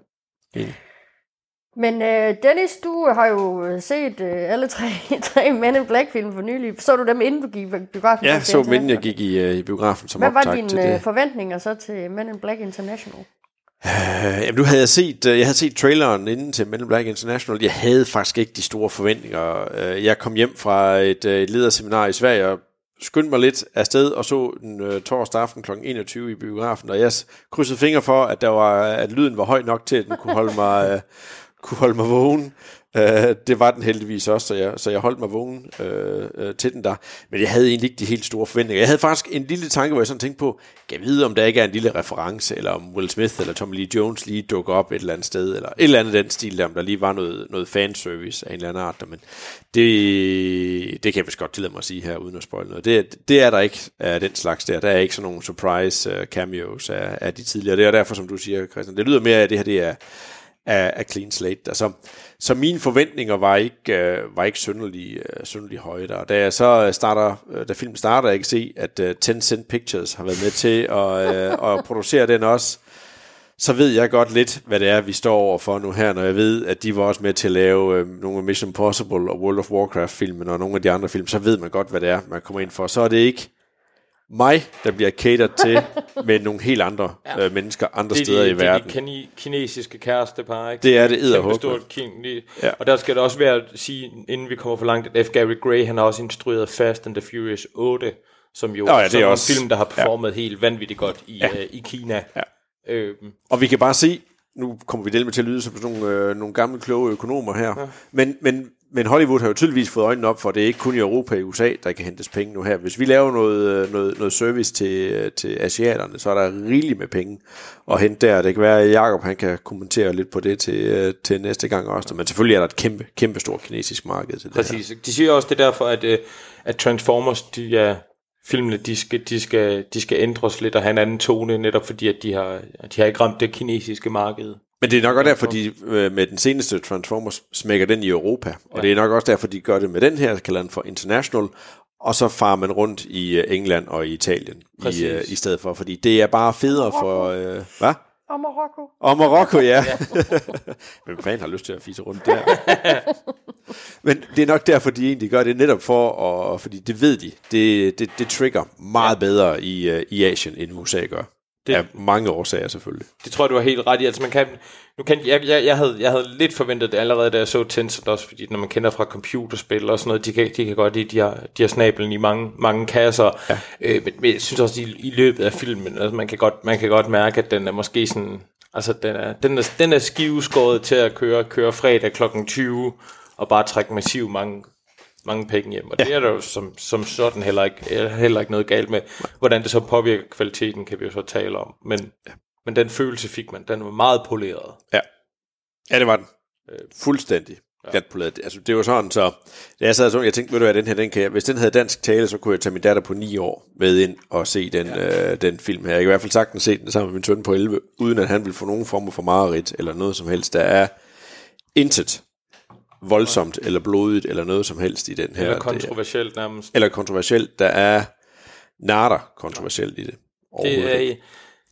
Men Dennis, du har jo set alle tre Men in Black-film for nylig. Så du dem inden du gik i biografen? Ja, så inden jeg gik i biografen som optakt til det. Hvad var dine forventninger så til Men in Black International? Jamen, nu havde jeg havde set traileren inden til Men in Black International. Jeg havde faktisk ikke de store forventninger. Jeg kom hjem fra et lederseminar i Sverige og skyndte mig lidt afsted og så den torsdag aften kl. 21 i biografen. Og jeg krydsede fingre for, at lyden var høj nok til, at den kunne holde mig vågen. Det var den heldigvis også, så jeg holdt mig vågen til den der. Men jeg havde egentlig ikke de helt store forventninger. Jeg havde faktisk en lille tanke, hvor jeg sådan tænkte på, kan jeg vide, om der ikke er en lille reference, eller om Will Smith eller Tommy Lee Jones lige dukker op et eller andet sted, eller et eller andet den stil der, om der lige var noget fanservice af en eller anden art. Men det kan jeg vist godt tillade mig at sige her, uden at spoile noget. Det er der ikke af den slags der. Der er ikke sådan nogle surprise cameos af de tidligere. Det er derfor, som du siger, Christian, det lyder mere af, at det her det er af clean slate der. Så mine forventninger var ikke synderlig høje der. Da filmen starter, jeg kan se, at Tencent Pictures har været med til at producere den også. Så ved jeg godt lidt, hvad det er, vi står overfor nu her, når jeg ved, at de var også med til at lave nogle Mission Impossible og World of Warcraft-filmen og nogle af de andre film, så ved man godt, hvad det er, man kommer ind for. Så er det ikke mig, der bliver catered til med nogle helt andre mennesker andre steder i verden. Det er de kinesiske kærestepar, ikke? Det er det edderhugget. Og der skal det også være at sige, inden vi kommer for langt, at F. Gary Gray, han har også instrueret Fast and the Furious 8, som jo er en film, der har performet helt vanvittigt godt i Kina. Ja. Og vi kan bare se, nu kommer vi med til at lyde som nogle gamle, kloge økonomer her, men Hollywood har jo tydeligvis fået øjnene op for, at det er ikke kun i Europa og i USA, der kan hentes penge nu her. Hvis vi laver noget service til asiaterne, så er der rigeligt med penge at hente der. Det kan være, at Jacob han kan kommentere lidt på det til næste gang også. Men selvfølgelig er der et kæmpe stort kinesisk marked til det. Præcis. De siger også, det er derfor, at Transformers, filmene, de skal ændres lidt og have en anden tone, netop fordi, at de har ikke ramt det kinesiske marked. Men det er nok også derfor, de med den seneste Transformers smækker den i Europa. Og det er nok også derfor, de gør det med den her, kalder den for International. Og så farer man rundt i England og i Italien i stedet for. Fordi det er bare federe for... hvad? Og Marokko. Og Marokko, ja. Men fanden har lyst til at fise rundt der. Men det er nok derfor, de egentlig gør det netop fordi det ved de. Det trigger meget bedre i Asien, end USA gør. Det er mange årsager selvfølgelig. Det tror jeg, du har helt ret i. Altså jeg havde lidt forventet det allerede, da jeg så Tencent også, fordi når man kender fra computerspil og sådan noget, de kan godt lide, de har snablen i mange kasser. Ja. Men jeg synes også, i løbet af filmen, altså man kan godt mærke, at den er måske sådan, altså den er skiveskåret til at køre fredag kl. 20 og bare trække massivt mange penge hjem, og det er der jo som sådan heller ikke noget galt med. Hvordan det så påvirker kvaliteten, kan vi jo så tale om. Men den følelse fik man, den var meget poleret. Ja, det var den. Fuldstændig glat poleret. Altså, det var sådan, så da jeg sad sådan, jeg tænkte, ved du hvad, den her, hvis den havde dansk tale, så kunne jeg tage min datter på 9 år med ind og se den film her. Jeg kan i hvert fald sagtens se den sammen med min søn på 11, uden at han ville få nogen form for mareridt, eller noget som helst. Der er intet voldsomt eller blodigt eller noget som helst i den her. Eller kontroversielt nærmest. Eller kontroversielt. Der er nada kontroversielt i det.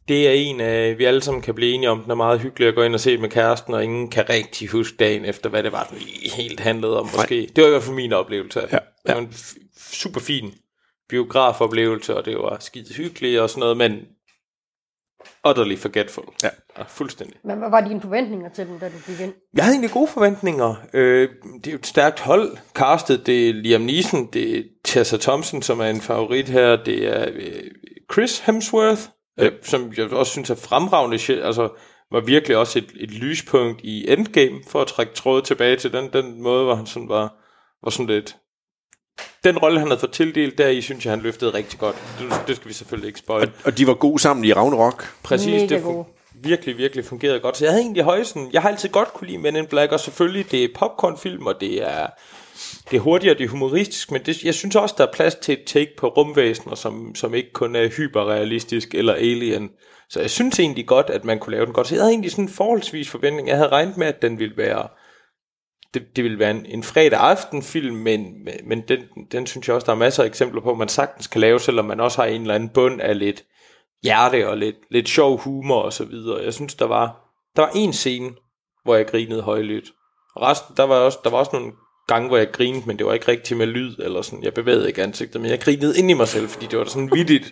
Det er en af, vi alle sammen kan blive enige om, den er meget hyggelig at gå ind og se med kæresten, og ingen kan rigtig huske dagen efter, hvad det var, den lige helt handlede om måske. Nej. Det var i hvert fald min oplevelse. Ja. Det var en super fin biografoplevelse, og det var skide hyggeligt og sådan noget, men utterly forgetful. Ja, fuldstændig. Men hvad var dine forventninger til den, da du gik ind? Jeg havde egentlig gode forventninger. Det er jo et stærkt hold. Castet, det er Liam Neeson, det er Tessa Thompson, som er en favorit her, det er Chris Hemsworth, som jeg også synes er fremragende, altså var virkelig også et lyspunkt i Endgame, for at trække trådet tilbage til den måde, hvor han sådan var sådan lidt... Den rolle, han havde fået tildelt deri, synes jeg, han løftede rigtig godt. Det skal vi selvfølgelig ikke spoil. Og de var gode sammen i Ragnarok. Præcis, det virkelig fungerede godt. Så jeg havde egentlig højsen. Jeg har altid godt kunne lide Men in Black, og selvfølgelig, det er popcornfilm, og det er hurtigt, og det er humoristisk, men jeg synes også, der er plads til et take på rumvæsener, som ikke kun er hyperrealistisk eller alien. Så jeg synes egentlig godt, at man kunne lave den godt. Så jeg havde egentlig sådan en forholdsvis forventning. Jeg havde regnet med, at den ville være... Det ville være en fredag aften film, men den synes jeg også, der er masser af eksempler på, man sagtens kan lave, selvom man også har en eller anden bund af lidt hjerte og lidt sjov humor og så videre. Jeg synes, der var en scene, hvor jeg grinede højlydt. Og resten, der var også nogle gange, hvor jeg grinede, men det var ikke rigtig med lyd eller sådan. Jeg bevægede ikke ansigtet, men jeg grinede ind i mig selv, fordi det var sådan vittigt.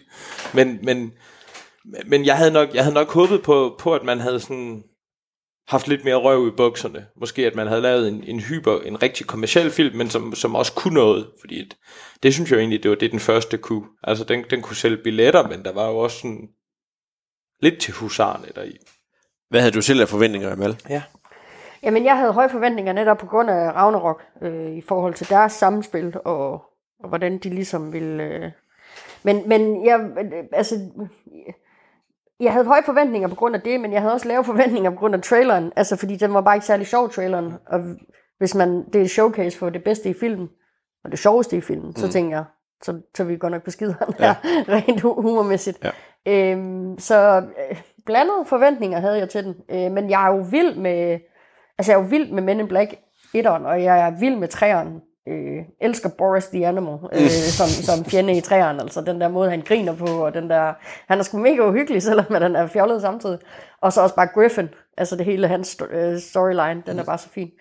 Men jeg havde nok håbet på, at man havde sådan haft lidt mere røv i bukserne. Måske at man havde lavet en rigtig kommerciel film, men som også kunne noget. Fordi det synes jeg egentlig, det var det, den første kunne. Altså den kunne sælge billetter, men der var jo også sådan lidt til husarne deri. Hvad havde du selv af forventninger, Amal? Ja. Jamen, jeg havde høje forventninger netop på grund af Ragnarok, i forhold til deres samspil, og hvordan de ligesom ville... Men jeg havde høje forventninger på grund af det, men jeg havde også lave forventninger på grund af traileren, altså fordi den var bare ikke særlig sjov, traileren, og hvis det er showcase for det bedste i filmen, og det sjoveste i filmen, så tænker jeg, så vi godt nok på skideren her, rent humormæssigt. Ja. Blandede forventninger havde jeg til den, men jeg er jo vild med Men in Black 1'eren, og jeg er vild med 3'eren. Elsker Boris the Animal som fjende i 3'eren, altså den der måde han griner på, og den der, han er sgu mega uhyggelig, selvom den er fjollet samtidig, og så også bare Griffin, altså det hele hans storyline, den er bare så fin.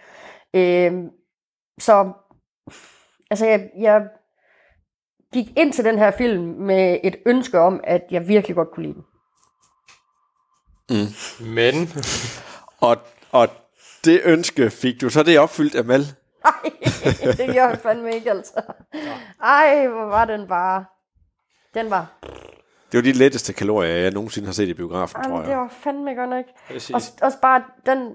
Så altså jeg gik ind til den her film med et ønske om, at jeg virkelig godt kunne lide den. Men og det ønske fik du så det opfyldt, Amal? Ej, det gjorde jeg fandme ikke, altså. Ej, hvor var den bare... Den var... Det var de letteste kalorier, jeg nogensinde har set i biografen, tror jeg. Det var fandme godt nok. Også bare den...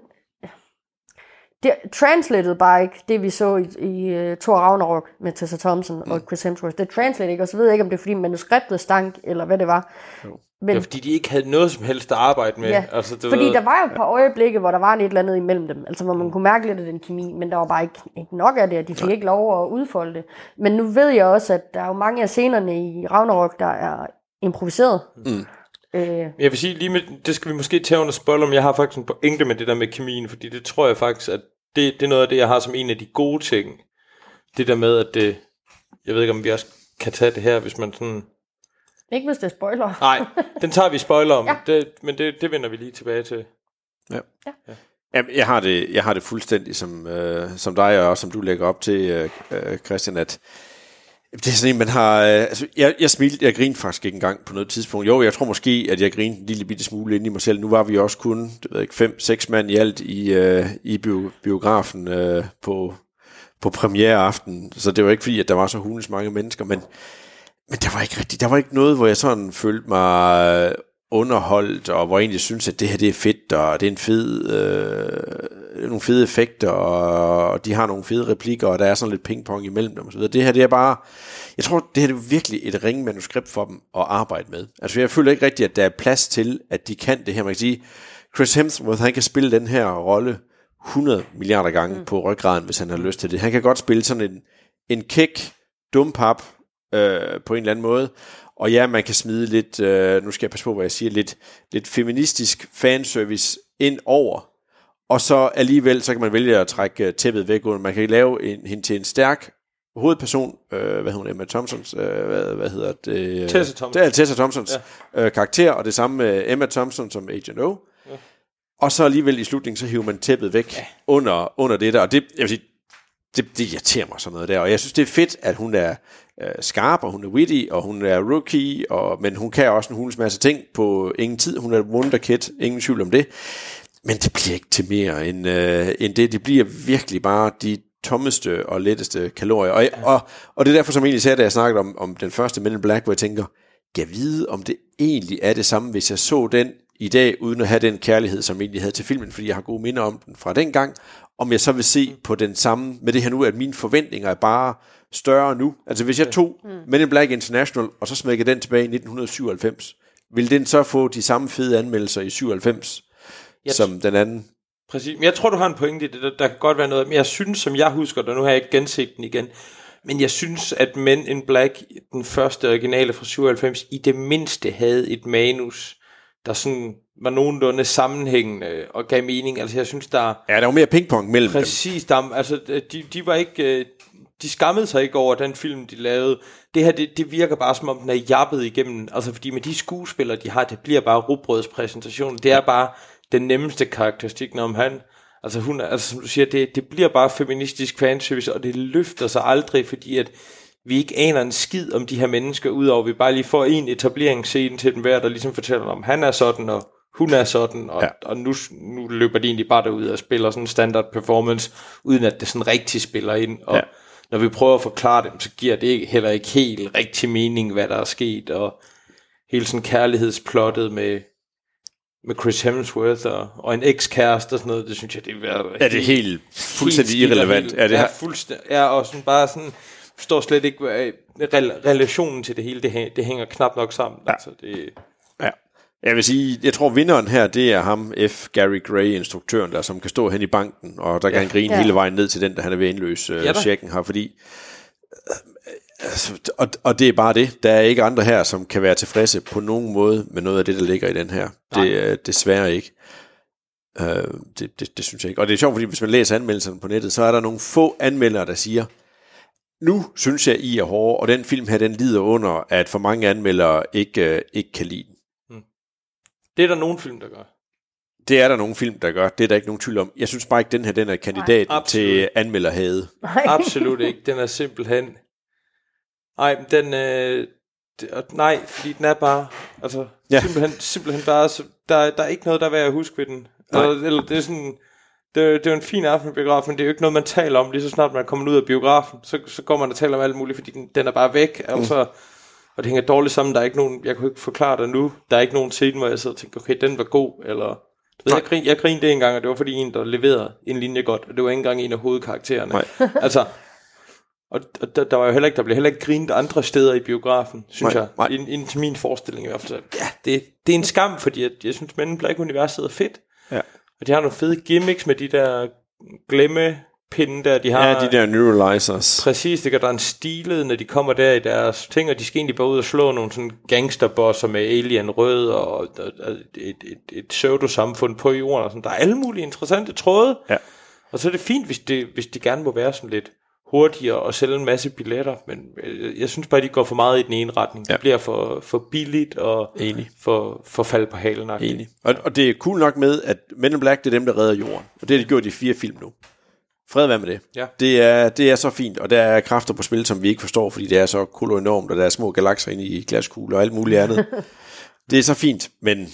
Det translated bare ikke, det vi så i Thor Ragnarok med Tessa Thompson og Chris Hemsworth. Det translated ikke, og så ved jeg ikke, om det er fordi manuskriptet stank, eller hvad det var. Men, det var fordi, de ikke havde noget som helst at arbejde med. Ja, altså, der var jo et par øjeblikke, hvor der var et eller andet imellem dem. Altså, hvor man kunne mærke lidt af den kemi, men der var bare ikke nok af det, og de fik ikke lov at udfolde det. Men nu ved jeg også, at der er jo mange af scenerne i Ragnarok, der er improviseret. Jeg vil sige, lige med, det skal vi måske tage under spoiler, men jeg har faktisk en pointe med det der med kemien, fordi det tror jeg faktisk, at det er noget af det, jeg har som en af de gode ting. Det der med, at det... Jeg ved ikke, om vi også kan tage det her, hvis man sådan... Ikke hvis det er spoiler. Nej, den tager vi spoiler om, men det vender vi lige tilbage til. Ja. Jamen, jeg har det fuldstændig som dig, og også som du lægger op til, Christian, at det er sådan en, man har... jeg smilte, jeg grinede faktisk ikke engang på noget tidspunkt. Jo, jeg tror måske, at jeg grinede en lille bitte smule ind i mig selv. Nu var vi også kun 5-6 mand i alt i biografen på premiereaften, så det var ikke fordi, at der var så hulens mange mennesker, men der var ikke rigtigt, der var ikke noget, hvor jeg sådan følte mig underholdt, og hvor jeg egentlig synes, at det her det er fedt, og det er en fed, nogle fede effekter, og de har nogle fede replikker, og der er sådan lidt pingpong imellem dem, og så videre. Det her, det er bare, jeg tror, det her det er virkelig et ringmanuskript for dem at arbejde med. Altså, jeg føler ikke rigtigt, at der er plads til, at de kan det her. Man kan sige, Chris Hemsworth, han kan spille den her rolle 100 milliarder gange på ryggraden, hvis han har lyst til det. Han kan godt spille sådan en kæk, dumpap, på en eller anden måde. Og ja, man kan smide lidt, nu skal jeg passe på, hvad jeg siger, lidt feministisk fanservice ind over. Og så alligevel, så kan man vælge at trække tæppet væk under. Man kan lave hende til en stærk hovedperson, hvad hedder hun, Emma Thompsons, hvad hedder det? Tessa Thompson. Tessa Thompsons karakter, og det samme med Emma Thompson som Agent O. Ja. Og så alligevel i slutningen, så hiver man tæppet væk under det der, og det, jeg vil sige, det irriterer mig sådan noget der, og jeg synes, det er fedt, at hun er skarp, og hun er witty, og hun er rookie, men hun kan også en hulens masse ting på ingen tid. Hun er wonderkid, ingen tvivl om det. Men det bliver ikke til mere end det. Det bliver virkelig bare de tommeste og letteste kalorier. Og det er derfor, som jeg egentlig sagde, da jeg snakkede om den første Men in Black, hvor jeg tænker, kan jeg vide, om det egentlig er det samme, hvis jeg så den i dag, uden at have den kærlighed, som jeg egentlig havde til filmen, fordi jeg har gode minder om den fra dengang, om jeg så vil se på den samme, med det her nu, at mine forventninger er bare større nu. Altså hvis jeg tog Men in Black International, og så smækkede den tilbage i 1997, ville den så få de samme fede anmeldelser i 97, som den anden? Præcis. Men jeg tror, du har en pointe i det. Der kan godt være noget. Men jeg synes, som jeg husker, og nu har jeg ikke genset den igen, men jeg synes, at Men in Black, den første originale fra 97, i det mindste havde et manus, der sådan var nogenlunde sammenhængende og gav mening. Altså jeg synes, der var mere pingpong mellem dem. Præcis. Altså de var ikke... De skammede sig ikke over den film, de lavede. Det her, det virker bare som om den er jappet igennem. Altså fordi med de skuespillere, de har, det bliver bare rugbrødspræsentation. Det er bare den nemmeste karakteristik, når han... Altså hun, altså som du siger, det bliver bare feministisk fanservice, og det løfter sig aldrig, fordi at vi ikke aner en skid om de her mennesker, udover vi bare lige får en etableringsscene til den hver, der ligesom fortæller om, han er sådan, og hun er sådan, og nu løber de egentlig bare derud og spiller sådan en standard performance, uden at det sådan rigtig spiller ind, og når vi prøver at forklare dem, så giver det heller ikke helt rigtig mening, hvad der er sket, og hele sådan kærlighedsplottet med Chris Hemsworth og en ekskæreste og sådan noget, det synes jeg, det er værd. Ja, det er helt fuldstændig irrelevant. Og sådan bare sådan, forstår slet ikke, relationen til det hele, det hænger knap nok sammen. Ja. Altså, det... Ja. Jeg vil sige, jeg tror vinderen her, det er ham, Gary Gray, instruktøren der, som kan stå hen i banken, og der kan han grine hele vejen ned til den, der han er ved at indløse checken her, fordi og det er bare det. Der er ikke andre her, som kan være tilfredse på nogen måde med noget af det, der ligger i den her. Det er desværre ikke. Det synes jeg ikke. Og det er sjovt, fordi hvis man læser anmeldelserne på nettet, så er der nogle få anmeldere, der siger, nu synes jeg, I er hårde, og den film her, den lider under, at for mange anmeldere ikke kan lide den. Det er der nogle film, der gør. Det er der nogle film, der gør. Det er der ikke nogen tvivl om. Jeg synes bare ikke, den her, den er kandidat til anmelderhade. Absolut ikke. Den er simpelthen... Nej, fordi den er bare... Altså, simpelthen bare... Der er ikke noget, der er værd at huske ved den. Eller det er sådan... Det er en fin aften i biografen, men det er jo ikke noget, man taler om, lige så snart man kommer ud af biografen. Så går man og taler om alt muligt, fordi den er bare væk. Altså... Og det hænger dårligt sammen. Der er ikke nogen... Jeg kan ikke forklare det nu. Der er ikke nogen scene, hvor jeg sidder og tænker, okay, den var god, eller... Jeg grinede det en gang, og det var fordi en, der leverede en linje godt, og det var ikke engang en af hovedkaraktererne. Altså, og der var jo heller ikke, der blev heller ikke grinet andre steder i biografen, synes jeg. Inden til min forestilling i hvert fald. Ja, det er en skam, fordi jeg synes, Men in Black-universet er fedt. Ja. Og de har nogle fede gimmicks med de der glemmepinde der, de har. Ja, de der neuralizers. Præcis, det gør der en stilet, når de kommer der i deres ting, og de skal egentlig bare ud og slå nogle sådan gangsterbosser med alien rød og et pseudo-samfund på jorden og sådan. Der er alle mulige interessante tråde. Ja. Og så er det fint, hvis de gerne må være sådan lidt hurtigere og sælge en masse billetter, men jeg synes bare, de går for meget i den ene retning. Det bliver for billigt og for fald på halen. Enig. Og det er cool nok med, at Men in Black, det er dem, der redder jorden. Og det har de gjort i 4 film nu. Fred være med det. Ja. Det er så fint, og der er kræfter på spil, som vi ikke forstår, fordi det er så koloenormt, og der er små galakser inde i glaskugler og alt muligt andet. Det er så fint, men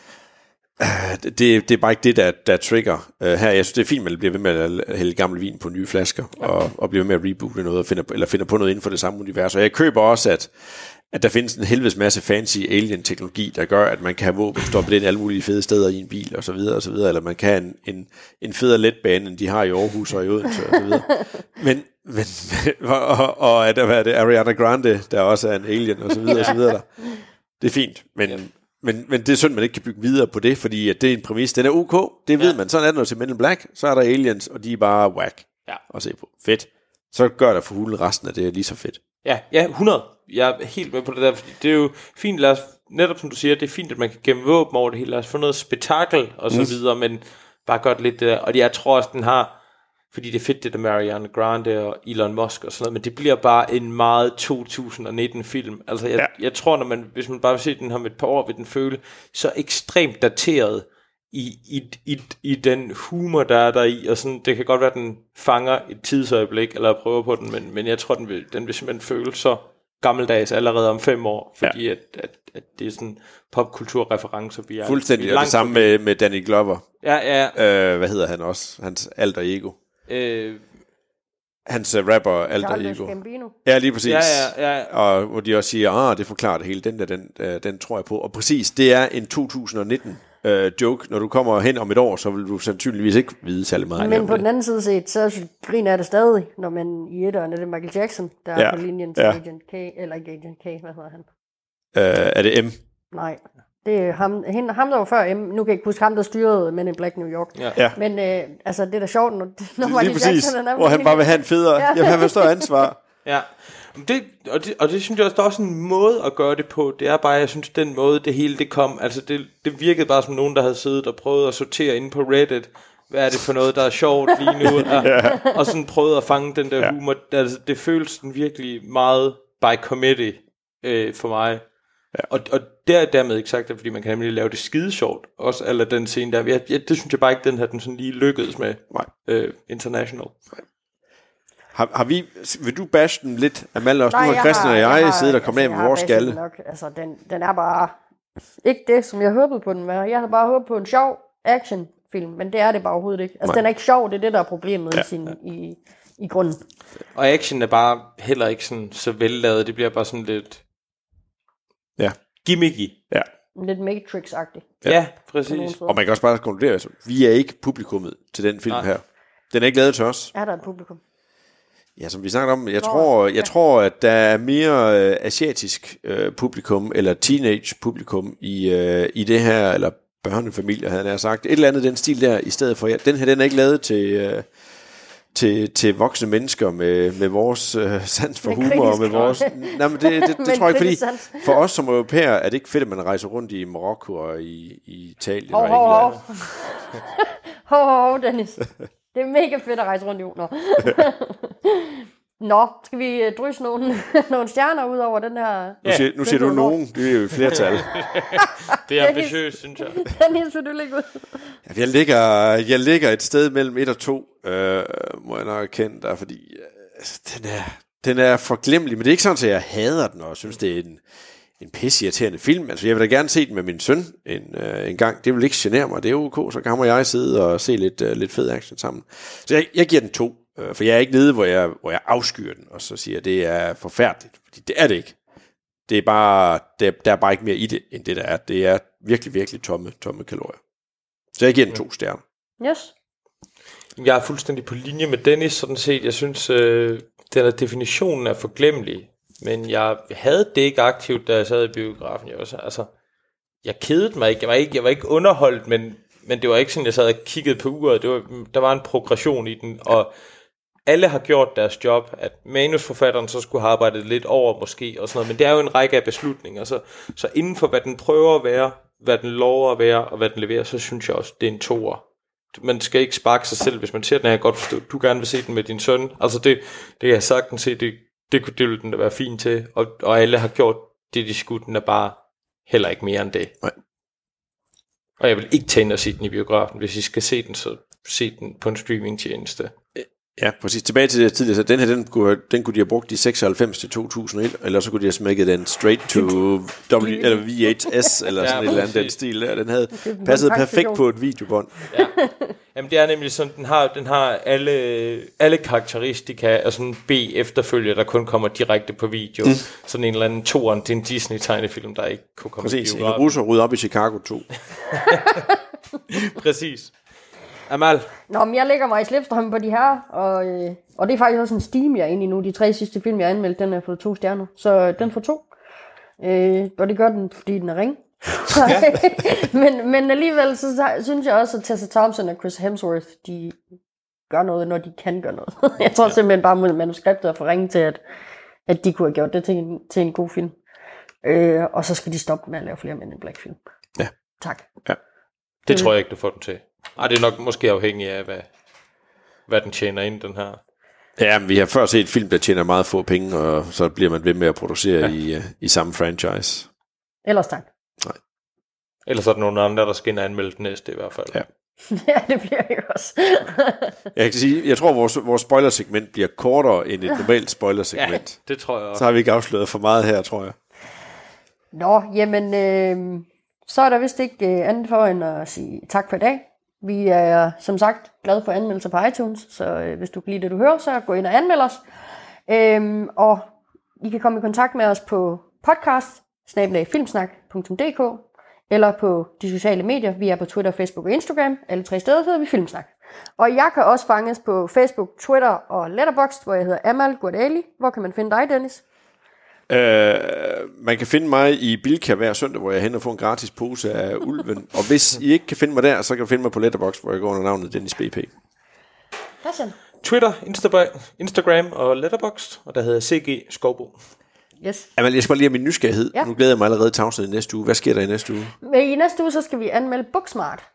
det er bare ikke det, der trigger her. Jeg synes, det er fint, at man bliver ved med at hælde gammel vin på nye flasker, og bliver ved med at reboote noget, og finder på noget inden for det samme univers. Og jeg køber også, at der findes en helvedes masse fancy alien-teknologi, der gør, at man kan have våben stoppet ind alle mulige fede steder i en bil, og så videre, og så videre. Eller man kan have en federe letbane, end de har i Aarhus og i Odense, og så videre. Men og at der er det Ariana Grande, der også er en alien, og så videre, og så videre. Det er fint, men det er synd, man ikke kan bygge videre på det, fordi at det er en præmis. Den er ok, det ved man. Sådan er det, når til Men in Black, så er der aliens, og de er bare whack at se på. Fedt. Så gør der for hulen resten af det lige så fedt. Ja, 100. Jeg er helt med på det der, fordi det er jo fint, netop som du siger, det er fint, at man kan gemme våben over det hele, lad os få noget spektakel og så videre, men bare godt lidt det der, og jeg tror også, den har, fordi det er fedt, det der Mariana Grande og Elon Musk og sådan noget, men det bliver bare en meget 2019 film. Altså jeg tror, hvis man bare vil se den om et par år, vil den føle så ekstremt dateret i den humor, der er der i, og sådan, det kan godt være, at den fanger et tidsøjeblik, eller prøver på den, men jeg tror, den vil simpelthen føle så gammeldags allerede om 5 år, fordi at det er sådan popkulturreferencer, vi er fuldstændig, og det samme med Danny Glover. Ja. Hvad hedder han også? Hans alter ego. Hans rapper alter ego. Gambino. Ja, lige præcis. Ja. Og hvor de også siger, det forklarer det hele, den tror jeg på. Og præcis, det er en 2019 joke. Når du kommer hen om et år, så vil du sandsynligvis ikke vide særlig meget. Men på den anden side set, så griner det stadig, når man i etteren er det Michael Jackson, der er på linjen til Agent K, eller ikke Agent K, hvad hedder han? Er det M? Nej, det er ham der var før M. Nu kan jeg ikke huske ham, der styrede Men in Black New York. Ja. Men altså, det er da sjovt, når Michael Jackson er hvor han bare vil have en federe. Jamen, han vil stå ansvar. Ja. Og det synes jeg også, der er også en måde at gøre det på. Det er bare, jeg synes, den måde det hele det kom, altså det virkede bare som nogen, der havde siddet og prøvet at sortere inde på Reddit. Hvad er det for noget, der er sjovt lige nu? Og sådan prøvet at fange den der humor. Altså, det føles sådan virkelig meget by committee for mig. Ja. Og det er dermed ikke sagt, at fordi man kan nemlig lave det skide sjovt. Også eller den scene der. Det synes jeg bare ikke, den sådan lige lykkedes med. International. Nej. Vil du bashe den lidt, Amalie også? Nu har Christian og jeg siddet og kommet af med vores skalle. Altså, den er bare ikke det, som jeg håbede på den. Jeg havde bare håbet på en sjov actionfilm, men det er det bare overhovedet ikke. Altså, den er ikke sjov, det er det, der er problemet i grunden. Og action er bare heller ikke sådan så vellavet. Det bliver bare sådan lidt gimmicky. Ja. Lidt Matrix-agtigt. Ja, præcis. Og man kan også bare konkludere, at vi er ikke publikummet til den film her. Den er ikke lavet til os. Er der et publikum? Ja, som vi snakkede om, jeg tror, at der er mere asiatisk publikum, eller teenage publikum i det her, eller børnefamilier, havde jeg sagt. Et eller andet den stil der, i stedet for, den her, den er ikke lavet til voksne mennesker med vores sans for humor, og med vores... Nej, men det tror jeg ikke, fordi for os som europæer er det ikke fedt, at man rejser rundt i Marokko og i Italien og England. Dennis. Det er mega fedt at rejse rundt i Nå. Nå, skal vi drysse nogle stjerner ud over den her... Nu siger du nogen, det er jo et flertal. Det er ambitiøst, synes jeg. Dennis, vil du lægge ud? Jeg ligger et sted mellem 1 og 2, må jeg nok erkende der, fordi den er forglemmelig, men det er ikke sådan, at jeg hader den, og synes, det er en pisseirriterende film. Altså, jeg vil da gerne se den med min søn en gang. Det vil ikke genere mig. Det er ok, så kan ham og jeg sidde og se lidt fed action sammen. Så jeg giver den 2, for jeg er ikke nede, hvor jeg afskyer den, og så siger, at det er forfærdeligt. Fordi det er det ikke. Det er bare, der er bare ikke mere i det, end det der er. Det er virkelig, virkelig tomme kalorier. Så jeg giver den 2 stjerner. Yes. Jeg er fuldstændig på linje med Dennis, sådan set. Jeg synes, den definitionen er forglemmelig. Men jeg havde det ikke aktivt, da jeg sad i biografen. Jeg kedede mig ikke. Jeg var ikke underholdt, men det var ikke sådan, jeg sad og kiggede på uret. Der var en progression i den, og alle har gjort deres job, at manusforfatteren så skulle have arbejdet lidt over måske, og sådan noget, men det er jo en række af beslutninger. Så inden for, hvad den prøver at være, hvad den lover at være, og hvad den leverer, så synes jeg også, det er en 2'er. Man skal ikke sparke sig selv, hvis man ser den her godt forstå. Du gerne vil se den med din søn. Altså det kan jeg sagtens se, det ville den da være fint til, og alle har gjort det, de skulle. Den er bare heller ikke mere end det. Nej. Og jeg vil ikke tænde at se den i biografen. Hvis I skal se den, så se den på en streamingtjeneste. Ja, præcis. Tilbage til det tidligere, så den her, den kunne de have brugt i 96 til 2001, eller så kunne de have smækket den straight to eller VHS, eller sådan et eller andet den stil der. Den havde passet perfekt på et videobånd. Ja. Jamen det er nemlig sådan, den har alle karakteristika af sådan en B-efterfølger, der kun kommer direkte på video. Sådan en eller anden toren til en Disney-tegnefilm, der ikke kunne komme præcis, en russer rydder op i Chicago 2. Præcis. Amal? Nå, men jeg lægger mig i slipstrømmen på de her, og det er faktisk også en Steam, jeg er inde i nu. De 3 sidste film, jeg har anmeldt, den har fået 2 stjerner. Så den får 2. Og det gør den, fordi den er ring. men alligevel, så synes jeg også, at Tessa Thompson og Chris Hemsworth, de gør noget, når de kan gøre noget. Jeg tror simpelthen bare, at manuskriptet er for ringe til, at de kunne have gjort det til en god film. Og så skal de stoppe med at lave flere Men in Black film. Ja. Tak. Ja. Det tror jeg ikke, du får den til. Det er nok måske afhængigt af, hvad den tjener ind, den her. Ja, men vi har før set film, der tjener meget få penge, og så bliver man ved med at producere i samme franchise. Ellers tak. Nej. Ellers er der nogle andre, der skal ind og anmelde den næste i hvert fald. Ja. Ja, det bliver jo også. Jeg kan sige, jeg tror, vores spoilersegment bliver kortere end et normalt spoilersegment. Ja, det tror jeg også. Så har vi ikke afsløret for meget her, tror jeg. Nå, jamen, så er der vist ikke andet for end at sige tak for i dag. Vi er som sagt glade for anmeldelser på iTunes, så hvis du kan lide det, du hører, så gå ind og anmeld os. Og I kan komme i kontakt med os på podcast@filmsnak.dk eller på de sociale medier. Vi er på Twitter, Facebook og Instagram. Alle 3 steder hedder vi Filmsnak. Og jeg kan også fanges på Facebook, Twitter og Letterboxd, hvor jeg hedder Amal Gurdali. Hvor kan man finde dig, Dennis? Man kan finde mig i Bilka hver søndag, hvor jeg hen og får en gratis pose af Ulven. Og hvis I ikke kan finde mig der, så kan du finde mig på Letterboxd, hvor jeg går under navnet Dennis BP. Christian? Twitter, Instagram og Letterboxd, og der hedder CG Skovbo. Yes. Jamen, jeg skal bare lige have min nysgerrighed. Ja. Nu glæder jeg mig allerede til afsnit i næste uge. Hvad sker der i næste uge? Men i næste uge, så skal vi anmelde Booksmart.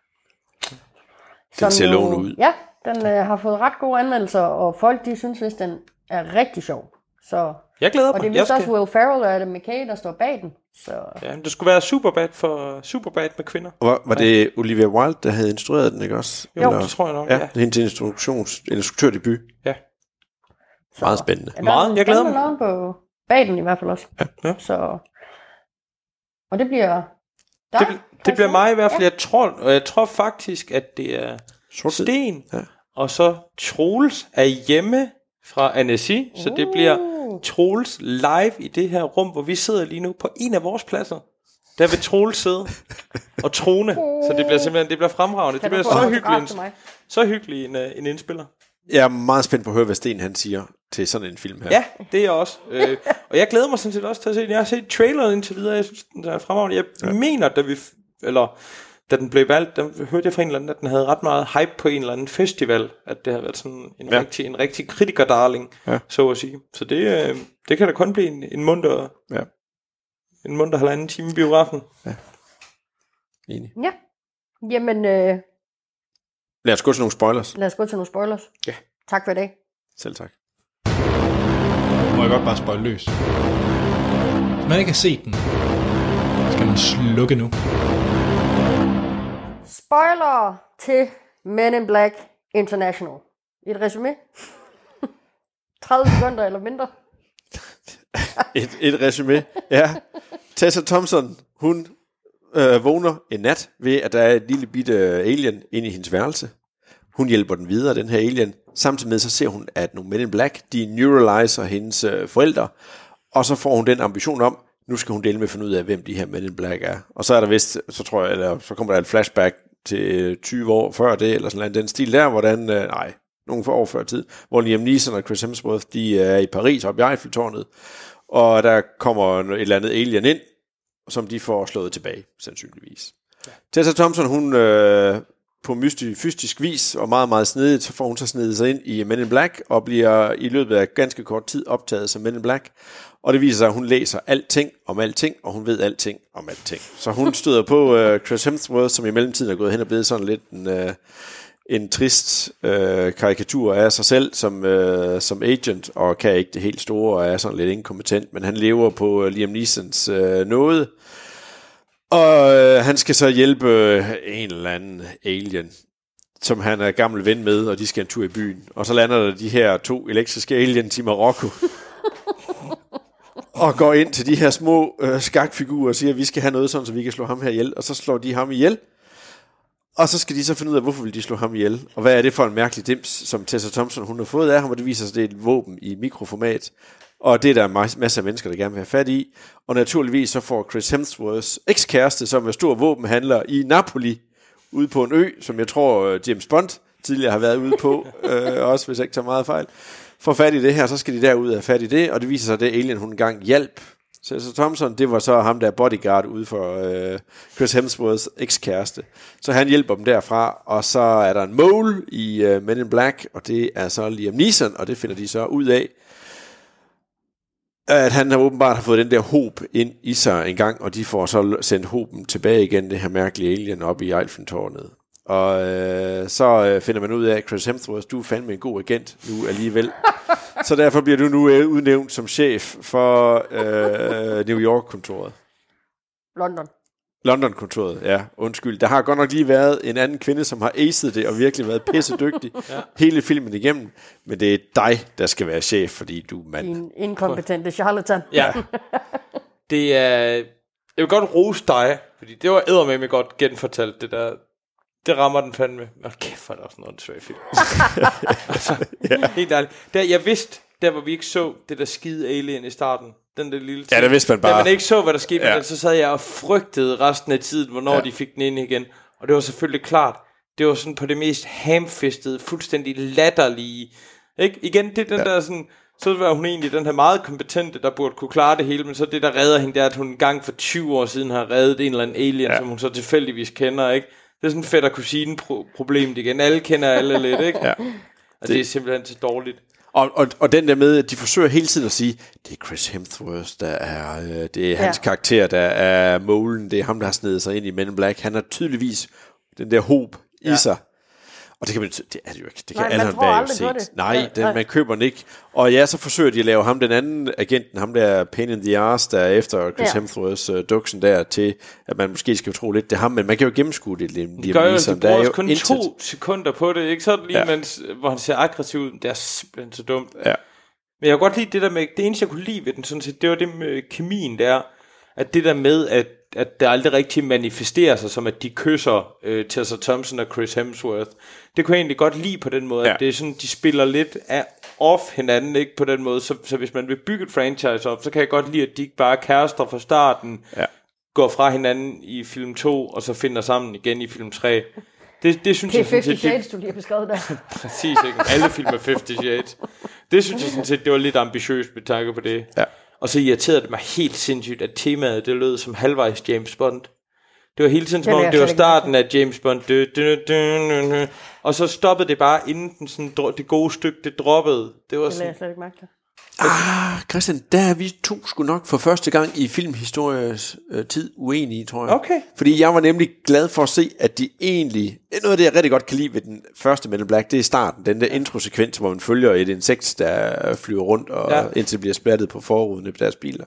Den ser lovende ud. Ja, den har fået ret gode anmeldelser, og folk de synes, at den er rigtig sjov. Så, Jeg glæder mig. og det er vist også Will Ferrell og Adam McKay, der står bag den. Så. Ja, det skulle være Superbad med kvinder. Og var det Olivia Wilde, der havde instrueret den, ikke også? Jo, det tror jeg nok, ja. Ja, hende til instruktørdebut. Ja. Så. Meget spændende. Meget, jeg glæder mig. Navn på bag den i hvert fald også. Ja. Så. Og det bliver... Det bliver mig i hvert fald. Ja. Jeg tror faktisk, at det er Sten, og så Troels er hjemme fra Annecy, så det bliver Troels live i det her rum, hvor vi sidder lige nu på en af vores pladser. Der vil Troels sidde og trone, så det bliver simpelthen fremragende. Det bliver så hyggelig en indspiller. Jeg er meget spændt på at høre, hvad Sten han siger til sådan en film her. Ja, det er jeg også. Og jeg glæder mig sådan set også til at se den. Jeg har set traileren indtil videre. Jeg synes, den er fremragende. Jeg mener, da den blev valgt, der hørte jeg fra en eller anden, at den havde ret meget hype på en eller anden festival. At det havde været sådan en rigtig kritikerdarling, så at sige. Så det kan da kun blive en munter, en munter halvanden time i biografen. Ja. Enig. Ja. Jamen, lad os gå til nogle spoilers. Lad os gå til nogle spoilers. Ja. Tak for i dag. Selv tak. Må jeg godt bare spoil løs? Hvis man ikke har set den, skal man slukke nu. Spoiler til Men in Black International. Et resume? 30 sekunder eller mindre? et resume. Ja. Tessa Thompson, hun vågner en nat ved, at der er et lille bitte alien inde i hendes værelse. Hun hjælper den videre, den her alien. Samtidig med så ser hun, at nogle Men in Black, de neuralizer hendes forældre. Og så får hun den ambition om, nu skal hun dele med at finde ud af, hvem de her Men in Black er. Og så er der vist, så kommer der et flashback til 20 år før det, eller sådan den stil der, hvordan, nogle år før tid, hvor Liam Neeson og Chris Hemsworth, de er i Paris, oppe i Eiffeltårnet, og der kommer et eller andet alien ind, som de får slået tilbage, sandsynligvis. Ja. Tessa Thompson, hun på mystisk vis, og meget, meget snedigt, så får hun så snedet sig ind i Men in Black, og bliver i løbet af ganske kort tid optaget som Men in Black. Og det viser sig, at hun læser alting om alting, og hun ved alting om alting. Så hun støder på Chris Hemsworth, som i mellemtiden er gået hen og blevet sådan lidt en trist karikatur af sig selv som agent, og kan ikke det helt store, og er sådan lidt inkompetent, men han lever på Liam Neesons nåde. Og han skal så hjælpe en eller anden alien, som han er gammel ven med, og de skal en tur i byen. Og så lander der de her 2 elektriske aliens i Marokko. Og går ind til de her små skakfigurer og siger, at vi skal have noget sådan, så vi kan slå ham her ihjel. Og så slår de ham ihjel. Og så skal de så finde ud af, hvorfor vil de slå ham ihjel. Og hvad er det for en mærkelig dims, som Tessa Thompson hun har fået af ham, og det viser sig, at det er et våben i mikroformat. Og det er der masser af mennesker, der gerne vil have fat i. Og naturligvis så får Chris Hemsworths ekskæreste, som er stor våbenhandler i Napoli, ude på en ø, som jeg tror James Bond tidligere har været ude på, også hvis jeg ikke tager meget fejl, får fat i det her, så skal de derud have fat i det, og det viser sig, at det alien hun engang hjalp. Så Thompson, det var så ham der bodyguard ude for Chris Hemsworths ekskæreste. Så han hjælper dem derfra, og så er der en mole i Men in Black, og det er så Liam Neeson, og det finder de så ud af, at han åbenbart har fået den der håb ind i sig en gang, og de får så sendt håben tilbage igen, det her mærkelige alien op i Eiffeltårnet. Og så finder man ud af, at Chris Hemsworth, du er fandme en god agent nu alligevel. Så derfor bliver du nu udnævnt som chef for New York-kontoret. London-kontoret, ja, undskyld. Der har godt nok lige været en anden kvinde, som har aced det og virkelig været pissedygtig hele filmen igennem. Men det er dig, der skal være chef, fordi du er mand. Din inkompetente charlatan. Ja. Det er... Jeg vil godt rose dig, fordi det var eddermame godt genfortalt, det der... Det rammer den fandme. Nå, kæft, for det er også noget svær film. Altså, helt ærligt. Jeg vidste, der hvor vi ikke så det der skide alien i starten, den der lille ting. Ja, det vidste man bare. Da man ikke så, hvad der skete med den, så sad jeg og frygtede resten af tiden, hvornår de fik den ind igen. Og det var selvfølgelig klart, det var sådan på det mest hamfistede, fuldstændig latterlige. Ikke? Igen, det er den der sådan... Så var hun egentlig den her meget kompetente, der burde kunne klare det hele, men så det, der redder hende, det er, at hun en gang for 20 år siden har reddet en eller anden alien, som hun så tilfældigvis kender, ikke? Det er sådan et fætter kusine-problemet igen. Alle kender alle lidt, ikke? Ja. Og det er simpelthen så dårligt. Og den der med, at de forsøger hele tiden at sige, det er Chris Hemsworth, der er, det er hans karakter, der er målen, det er ham, der har snedet sig ind i Men in Black. Han har tydeligvis den der håb i sig. Og det kan man, det er det jo ikke. Det kan alle have set. Nej, man køber den ikke. Og ja, så forsøger de at lave ham, den anden agenten, ham der pain in the arse, der efter Chris Hemsworths duksen der, til at man måske skal tro lidt, det er ham, men man kan jo gennemskue det lidt. Det gør jo, de bruger også kun 2 sekunder på det, ikke? Så er det lige, mens, hvor han ser aggressiv ud, det er simpelthen så dumt. Ja. Men jeg kan godt lide det der med, det eneste jeg kunne lide ved den, sådan set, det var det med kemien der, at det der med, at det aldrig rigtig manifesterer sig, som at de kysser Tessa Thompson og Chris Hemsworth. Det kunne jeg egentlig godt lide på den måde, at det er sådan, de spiller lidt off hinanden, ikke på den måde, så hvis man vil bygge et franchise op, så kan jeg godt lide, at de ikke bare er kærester fra starten, går fra hinanden i film 2, og så finder sammen igen i film 3. Det synes det er jeg 50 Shades, du lige har beskrevet der. Præcis, ikke? Alle film er 50 Shades. Det synes jeg sådan set, det var lidt ambitiøst med tanke på det. Ja. Og så irriterede det mig helt sindssygt, at temaet, det lød som halvvejs James Bond. Det var hele tiden som om, det var starten af James Bond. Og så stoppede det bare, inden den sådan, det gode stykke, det droppede. Det var sådan... Jeg slet ikke mærke det. Christian, der er vi to sgu nok for første gang i filmhistoriens tid uenige, tror jeg. Okay. Fordi jeg var nemlig glad for at se, at de egentlig... Noget af det, jeg rigtig godt kan lide ved den første Men in Black, det er starten. Den der introsekvens, hvor man følger et insekt, der flyver rundt, og indtil det bliver splattet på forruden på deres biler.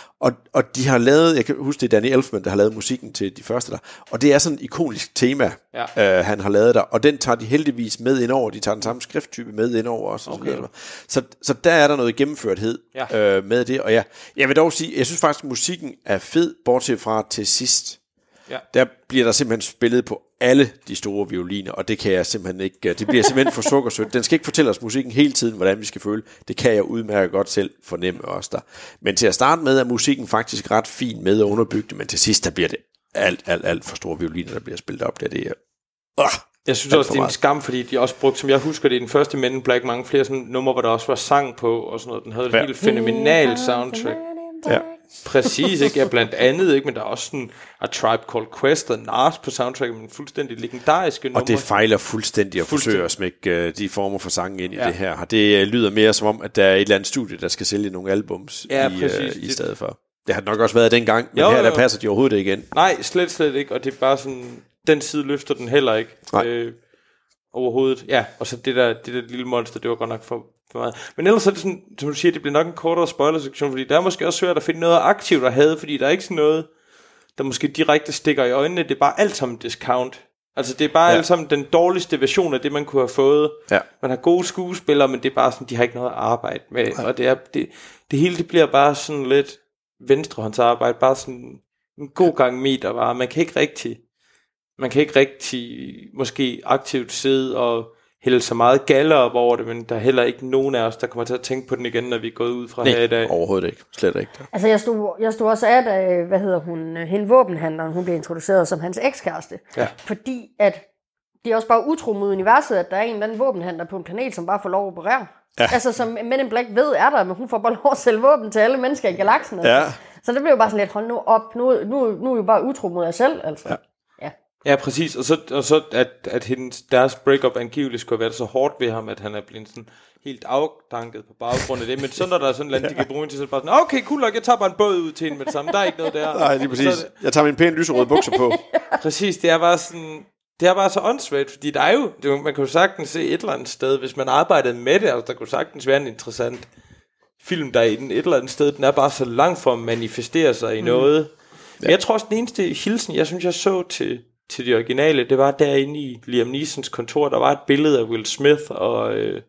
Og de har lavet, jeg kan huske, det er Danny Elfman, der har lavet musikken til de første der, og det er sådan et ikonisk tema, han har lavet der, og den tager de heldigvis med ind over, de tager den samme skrifttype med ind over også, okay. Så der er der noget gennemførthed med det, og jeg vil dog sige, jeg synes faktisk, at musikken er fed, bortset fra til sidst. Ja. Der bliver der simpelthen spillet på alle de store violiner, og det kan jeg simpelthen ikke, det bliver simpelthen for sukkersødt. Den skal ikke fortælle os musikken hele tiden, hvordan vi skal føle. Det kan jeg udmærket godt selv fornemme også der. Men til at starte med er musikken faktisk ret fin med at underbygge det, men til sidst der bliver det alt for store violiner, der bliver spillet op. Det er jeg synes også, det er en skam, fordi de også brugte, som jeg husker det, i den første Men in Black, mange flere sådan numre, hvor der også var sang på, og sådan noget. Den havde et helt fænomenalt soundtrack. Ja. Præcis, ikke? Ja, blandt andet, ikke? Men der er også sådan A Tribe Called Quest og Nas på soundtrack, men fuldstændig legendariske numre. Og det fejler fuldstændig at forsøge at smække de former for sangen ind i det her. Det lyder mere som om, at der er et eller andet studie, der skal sælge nogle albums i stedet for. Det har nok også været dengang, men her der passer de overhovedet ikke igen. Nej, slet ikke, og det er bare sådan, den side løfter den heller ikke overhovedet. Ja, og så det der lille monster, det var godt nok for meget. Men ellers er det sådan, som du siger, det bliver nok en kortere spoiler-sektion, fordi der er måske også svært at finde noget aktivt at have, fordi der er ikke sådan noget, der måske direkte stikker i øjnene. Det er bare alt sammen discount. Altså det er bare alt sammen den dårligste version af det, man kunne have fået. Ja. Man har gode skuespillere, men det er bare sådan, de har ikke noget at arbejde med. Ja. Og det hele, det bliver bare sådan lidt venstrehåndsarbejde, bare sådan en god gang meter bare. Man kan ikke rigtig måske aktivt sidde og hælde så meget galler op over det, men der er heller ikke nogen af os, der kommer til at tænke på den igen, når vi er gået ud fra her i dag. Overhovedet ikke. Slet ikke. Altså jeg stod også af, da, hende våbenhandleren, hun blev introduceret som hans ekskæreste. Ja. Fordi at det er også bare utro mod universet, at der er en eller anden våbenhandler på en planet, som bare får lov at operere. Ja. Altså som Men in Black ved er der, men hun får bare lov at sælge våben til alle mennesker i galaksen. Altså. Ja. Så det blev jo bare sådan lidt, hold nu op, nu er jo bare utro mod jer selv, altså. Ja. Ja, præcis. Og så at deres breakup angiveligt skulle have været så hårdt ved ham, at han er blevet sådan helt afdanket på baggrund af det. Men så når der er sådan et land, de kan bruge til, så er det bare sådan, okay, cool nok, jeg tager bare en båd ud til hende med det samme. Der er ikke noget der. Nej, lige præcis. Jeg tager min pæne lyserøde bukser på. Præcis, det er bare sådan, Det er bare så åndssvagt, fordi der er jo, man kan jo sagtens se et eller andet sted, hvis man arbejdede med det, altså der kunne sagtens være en interessant film, der er i den et eller andet sted, den er bare så langt fra at manifestere sig i noget. Men jeg tror også, den eneste hilsen, jeg synes, jeg så til de originale, det var derinde i Liam Neesons kontor, der var et billede af Will Smith, og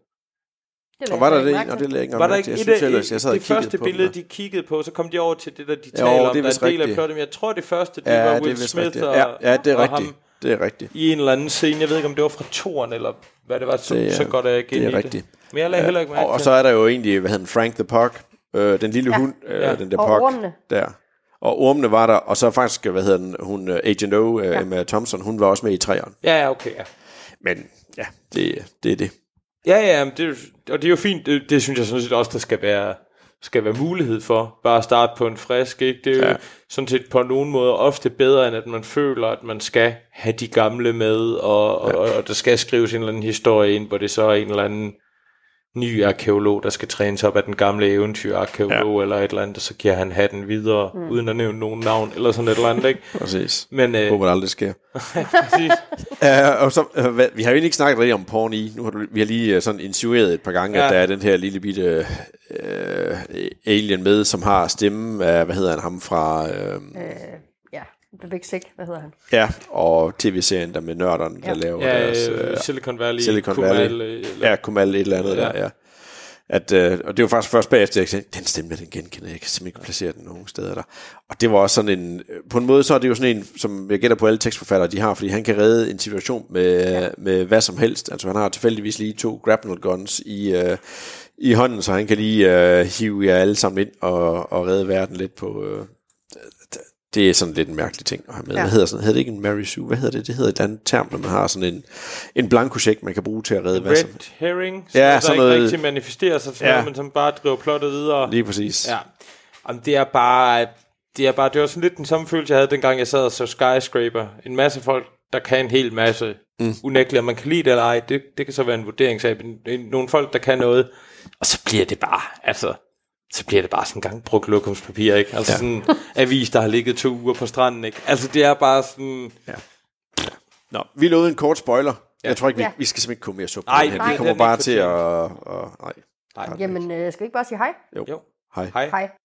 var der det? Og det var der ikke det første billede, de kiggede på, så kom de over til det, der de taler om, der er en del af plottet, men jeg tror, det første, det var Will Smith og det er rigtigt. ham. Det er rigtigt. I en eller anden scene, jeg ved ikke, om det var fra toren, eller hvad det var, så godt at jeg igen i det. Det er rigtigt. Men jeg lagde heller ikke mærke og så er der jo egentlig, hvad hedder den, Frank the Pug, den lille hund, den der og Pug. ormene. Der. Og ormene var der, og så faktisk, hvad hedder den, hun, Agent O, Emma Thompson, hun var også med i 3'eren. Ja, okay, ja. Men ja, det er det. Ja, og det er jo fint, det synes jeg sådan set også, der skal være mulighed for, bare at starte på en frisk, ikke? Det er jo sådan set på nogen måde ofte bedre, end at man føler, at man skal have de gamle med, og der skal skrives en eller anden historie ind, hvor det så er en eller anden ny arkeolog, der skal trænes op af den gamle eventyrarkeolog, eller et eller andet, og så giver han hatten videre, uden at nævne nogen navn, eller sådan et eller andet, ikke? Præcis. Men, håber det aldrig sker. Præcis. Og så, vi har jo ikke snakket rigtig om porn i. Vi har lige sådan insinueret et par gange, at der er den her lille bitte alien med, som har stemme af, hvad hedder han, ham fra... The Big Sick, hvad hedder han? Ja, og tv-serien der med nørderne, der laver deres... Silicon Valley. Kumal et eller andet der, ja. Og det var faktisk først bagefter, jeg tænkte, den stemme, den genkender jeg kan simpelthen ikke placere den nogen steder der. Og det var også sådan en... På en måde så er det jo sådan en, som jeg gætter på alle tekstforfattere, de har, fordi han kan redde en situation med hvad som helst. Altså han har tilfældigvis lige 2 grapnel guns i hånden, så han kan lige hive jer alle sammen ind og redde verden lidt på... Det er sådan lidt en mærkelig ting at have med. Hvad hedder sådan? Hedder det ikke en Mary Sue? Hvad hedder det? Det hedder et andet term, når man har sådan en blankocheck, man kan bruge til at redde hvad som... Red herring, sådan der noget, ikke rigtig manifesterer sig til noget, men som bare driver plottet videre. Lige præcis. Ja. Jamen, det var sådan lidt den samme følelse, jeg havde dengang jeg sad og så Skyscraper. En masse folk, der kan en hel masse unægteligt, om man kan lide det eller ej. Det kan så være en vurderingssag. Nogle folk, der kan noget, og så bliver det bare, så bliver det bare sådan en gang brugt lokumspapir, ikke? Altså sådan en avis, der har ligget 2 uger på stranden, ikke? Altså det er bare sådan... Ja. Nå, vi lovede en kort spoiler. Jeg tror ikke, vi skal simpelthen ikke komme mere suppe på den her. Vi kommer bare til at... Nej. Jamen, skal vi ikke bare sige hej? Jo. Hej. Hej.